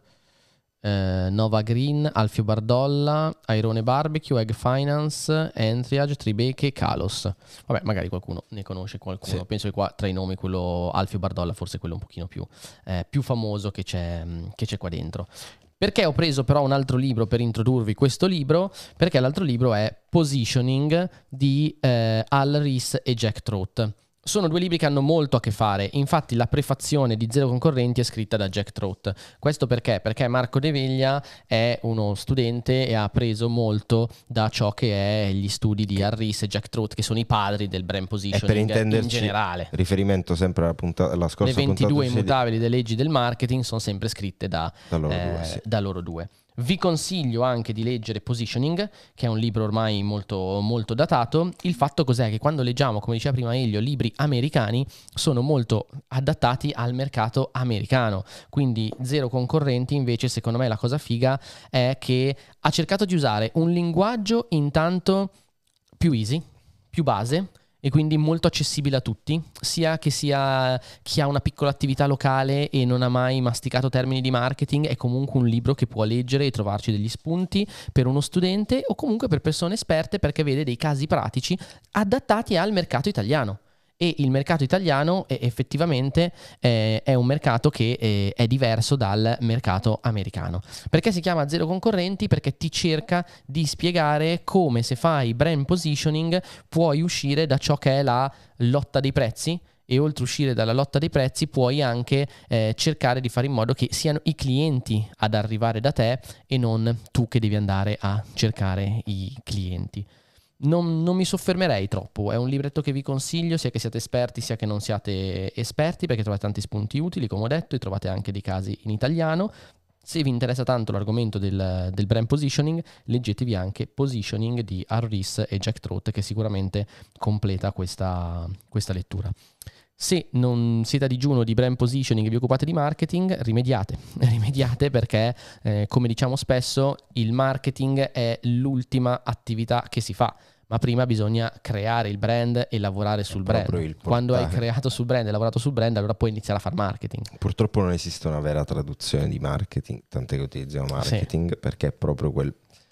Eh, Nova Green, Alfio Bardolla, Airone Barbecue, Egg Finance, Entriage, Tribeche, Kalos. Vabbè, magari qualcuno ne conosce qualcuno. Sì. Penso che qua tra i nomi quello Alfio Bardolla forse è quello un pochino più, eh, più famoso che c'è, che c'è qua dentro. Perché ho preso però un altro libro per introdurvi questo libro? Perché l'altro libro è Positioning di eh, Al Ries e Jack Trout. Sono due libri che hanno molto a che fare. Infatti la prefazione di Zero concorrenti è scritta da Jack Trout. Questo perché? Perché Marco De Veglia è uno studente e ha preso molto da ciò che è gli studi di Al Ries e Jack Trout, che sono i padri del brand positioning in generale. Riferimento sempre alla, punta- alla scorsa puntata. Le ventidue puntata immutabili delle leggi del marketing sono sempre scritte da, da, loro, eh, due, sì. da loro due. Vi consiglio anche di leggere Positioning, che è un libro ormai molto, molto datato. Il fatto cos'è? Che quando leggiamo, come diceva prima Elio, libri americani, sono molto adattati al mercato americano. Quindi Zero concorrenti, invece, secondo me la cosa figa è che ha cercato di usare un linguaggio intanto più easy, più base, e quindi molto accessibile a tutti, sia che sia chi ha una piccola attività locale e non ha mai masticato termini di marketing. È comunque un libro che può leggere e trovarci degli spunti per uno studente o comunque per persone esperte, perché vede dei casi pratici adattati al mercato italiano. E il mercato italiano è effettivamente eh, è un mercato che eh, è diverso dal mercato americano. Perché si chiama Zero concorrenti? Perché ti cerca di spiegare come, se fai brand positioning, puoi uscire da ciò che è la lotta dei prezzi, e oltre a uscire dalla lotta dei prezzi puoi anche eh, cercare di fare in modo che siano i clienti ad arrivare da te e non tu che devi andare a cercare i clienti. Non, non mi soffermerei troppo, è un libretto che vi consiglio sia che siate esperti sia che non siate esperti, perché trovate tanti spunti utili, come ho detto, e trovate anche dei casi in italiano. Se vi interessa tanto l'argomento del, del brand positioning, leggetevi anche Positioning di Al Ries e Jack Trout, che sicuramente completa questa, questa lettura. Se non siete a digiuno di brand positioning e vi occupate di marketing, rimediate, rimediate perché, eh, come diciamo spesso, il marketing è l'ultima attività che si fa, ma prima bisogna creare il brand e lavorare sul brand. Quando hai creato sul brand e lavorato sul brand, allora puoi iniziare a fare marketing. Purtroppo non esiste una vera traduzione di marketing, tant'è che utilizziamo marketing, sì, perché è proprio quel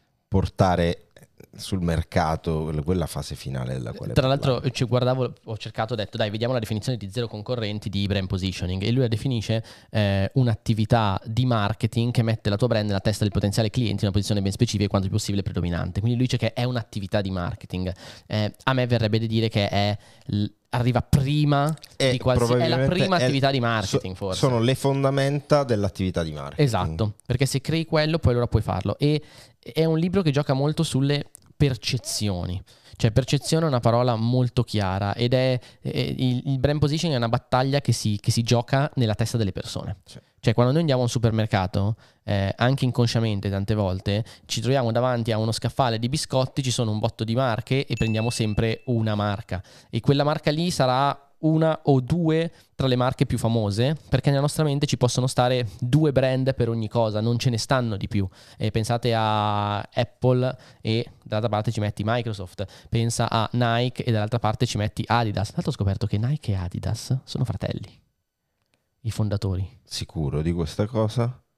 portare sul mercato quella fase finale della quale tra l'altro ci guardavo, ho cercato, ho detto dai vediamo la definizione di Zero concorrenti di brand positioning, e lui la definisce eh, un'attività di marketing che mette la tua brand nella testa del potenziale cliente in una posizione ben specifica e quanto più possibile predominante. Quindi lui dice che è un'attività di marketing. eh, a me verrebbe da dire che è l- arriva prima è di qualsiasi, è la prima attività di marketing, so, forse sono le fondamenta dell'attività di marketing. Esatto, perché se crei quello poi allora puoi farlo. E è un libro che gioca molto sulle percezioni. Cioè percezione è una parola molto chiara ed è, è il, il brand positioning è una battaglia che si, che si gioca nella testa delle persone. Sì. Cioè quando noi andiamo a un supermercato, eh, anche inconsciamente tante volte, ci troviamo davanti a uno scaffale di biscotti, ci sono un botto di marche e prendiamo sempre una marca, e quella marca lì sarà una o due tra le marche più famose, perché nella nostra mente ci possono stare due brand per ogni cosa, non ce ne stanno di più. E pensate a Apple e dall'altra parte ci metti Microsoft, pensa a Nike e dall'altra parte ci metti Adidas. Tra l'altro ho scoperto che Nike e Adidas sono fratelli, i fondatori. Sicuro di questa cosa?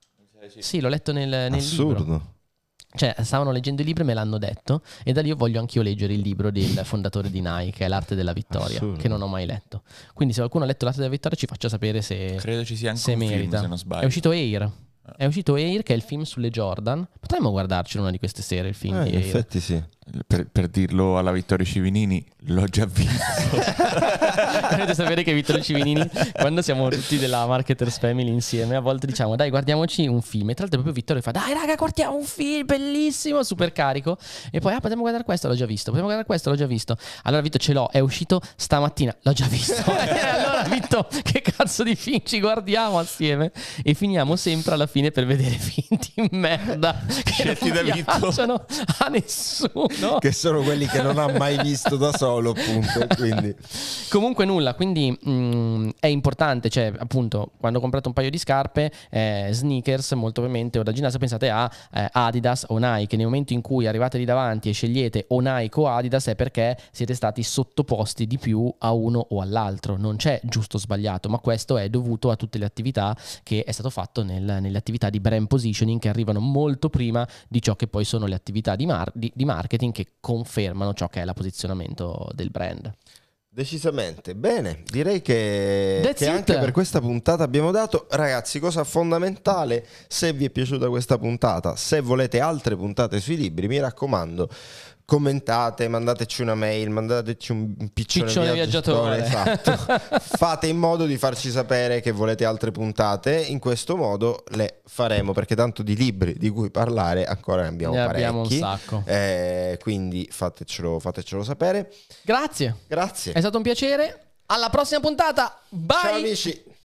Sì, l'ho letto nel, nel Assurdo. libro. Cioè, stavano leggendo i libri e me l'hanno detto. E da lì io voglio anch'io leggere il libro del fondatore di Nike, che è L'arte della vittoria, Assurdo. che non ho mai letto. Quindi se qualcuno ha letto L'arte della vittoria ci faccia sapere se, Credo ci sia anche se un film, merita. se non sbaglio. È uscito Air. È uscito Air, che è il film sulle Jordan. Potremmo guardarci una di queste sere il film Eh, di in Air. effetti sì. Per, per dirlo alla Vittorio Civinini, l'ho già visto. Dovete sapere che Vittorio Civinini, quando siamo tutti della Marketers Family insieme, a volte diciamo dai guardiamoci un film. E tra l'altro proprio Vittorio fa dai raga guardiamo un film bellissimo, super carico. E poi ah potremmo guardare questo, l'ho già visto. Potremmo guardare questo, l'ho già visto. Allora Vitto ce l'ho, è uscito stamattina, l'ho già visto. E allora Vitto che cazzo di film ci guardiamo assieme? E finiamo sempre alla fine per vedere film di merda che Scelti non da Vitto. piacciono a nessuno. Che sono quelli che non ha mai visto da solo, appunto. Quindi Comunque nulla, quindi mh, è importante, cioè appunto quando comprate un paio di scarpe, eh, sneakers molto ovviamente o da ginnastica pensate a eh, Adidas o Nike. Nel momento in cui arrivate lì davanti e scegliete o Nike o Adidas è perché siete stati sottoposti di più a uno o all'altro. Non c'è giusto o sbagliato, ma questo è dovuto a tutte le attività che è stato fatto nel, nelle attività di brand positioning che arrivano molto prima di ciò che poi sono le attività di, mar- di, di marketing che confermano ciò che è il posizionamento del brand. decisamente. Bene, direi che, That's che it. anche per questa puntata abbiamo dato. Ragazzi, cosa fondamentale, se vi è piaciuta questa puntata, se volete altre puntate sui libri, mi raccomando, commentate, mandateci una mail, mandateci un piccione, Piccione viaggiatore, viaggiatore. esatto. Fate in modo di farci sapere che volete altre puntate, in questo modo le faremo, perché tanto di libri di cui parlare ancora ne abbiamo Ne parecchi. abbiamo un sacco. Eh, quindi fatecelo, fatecelo sapere. Grazie, Grazie. è stato un piacere. Alla prossima puntata. Bye. Ciao amici.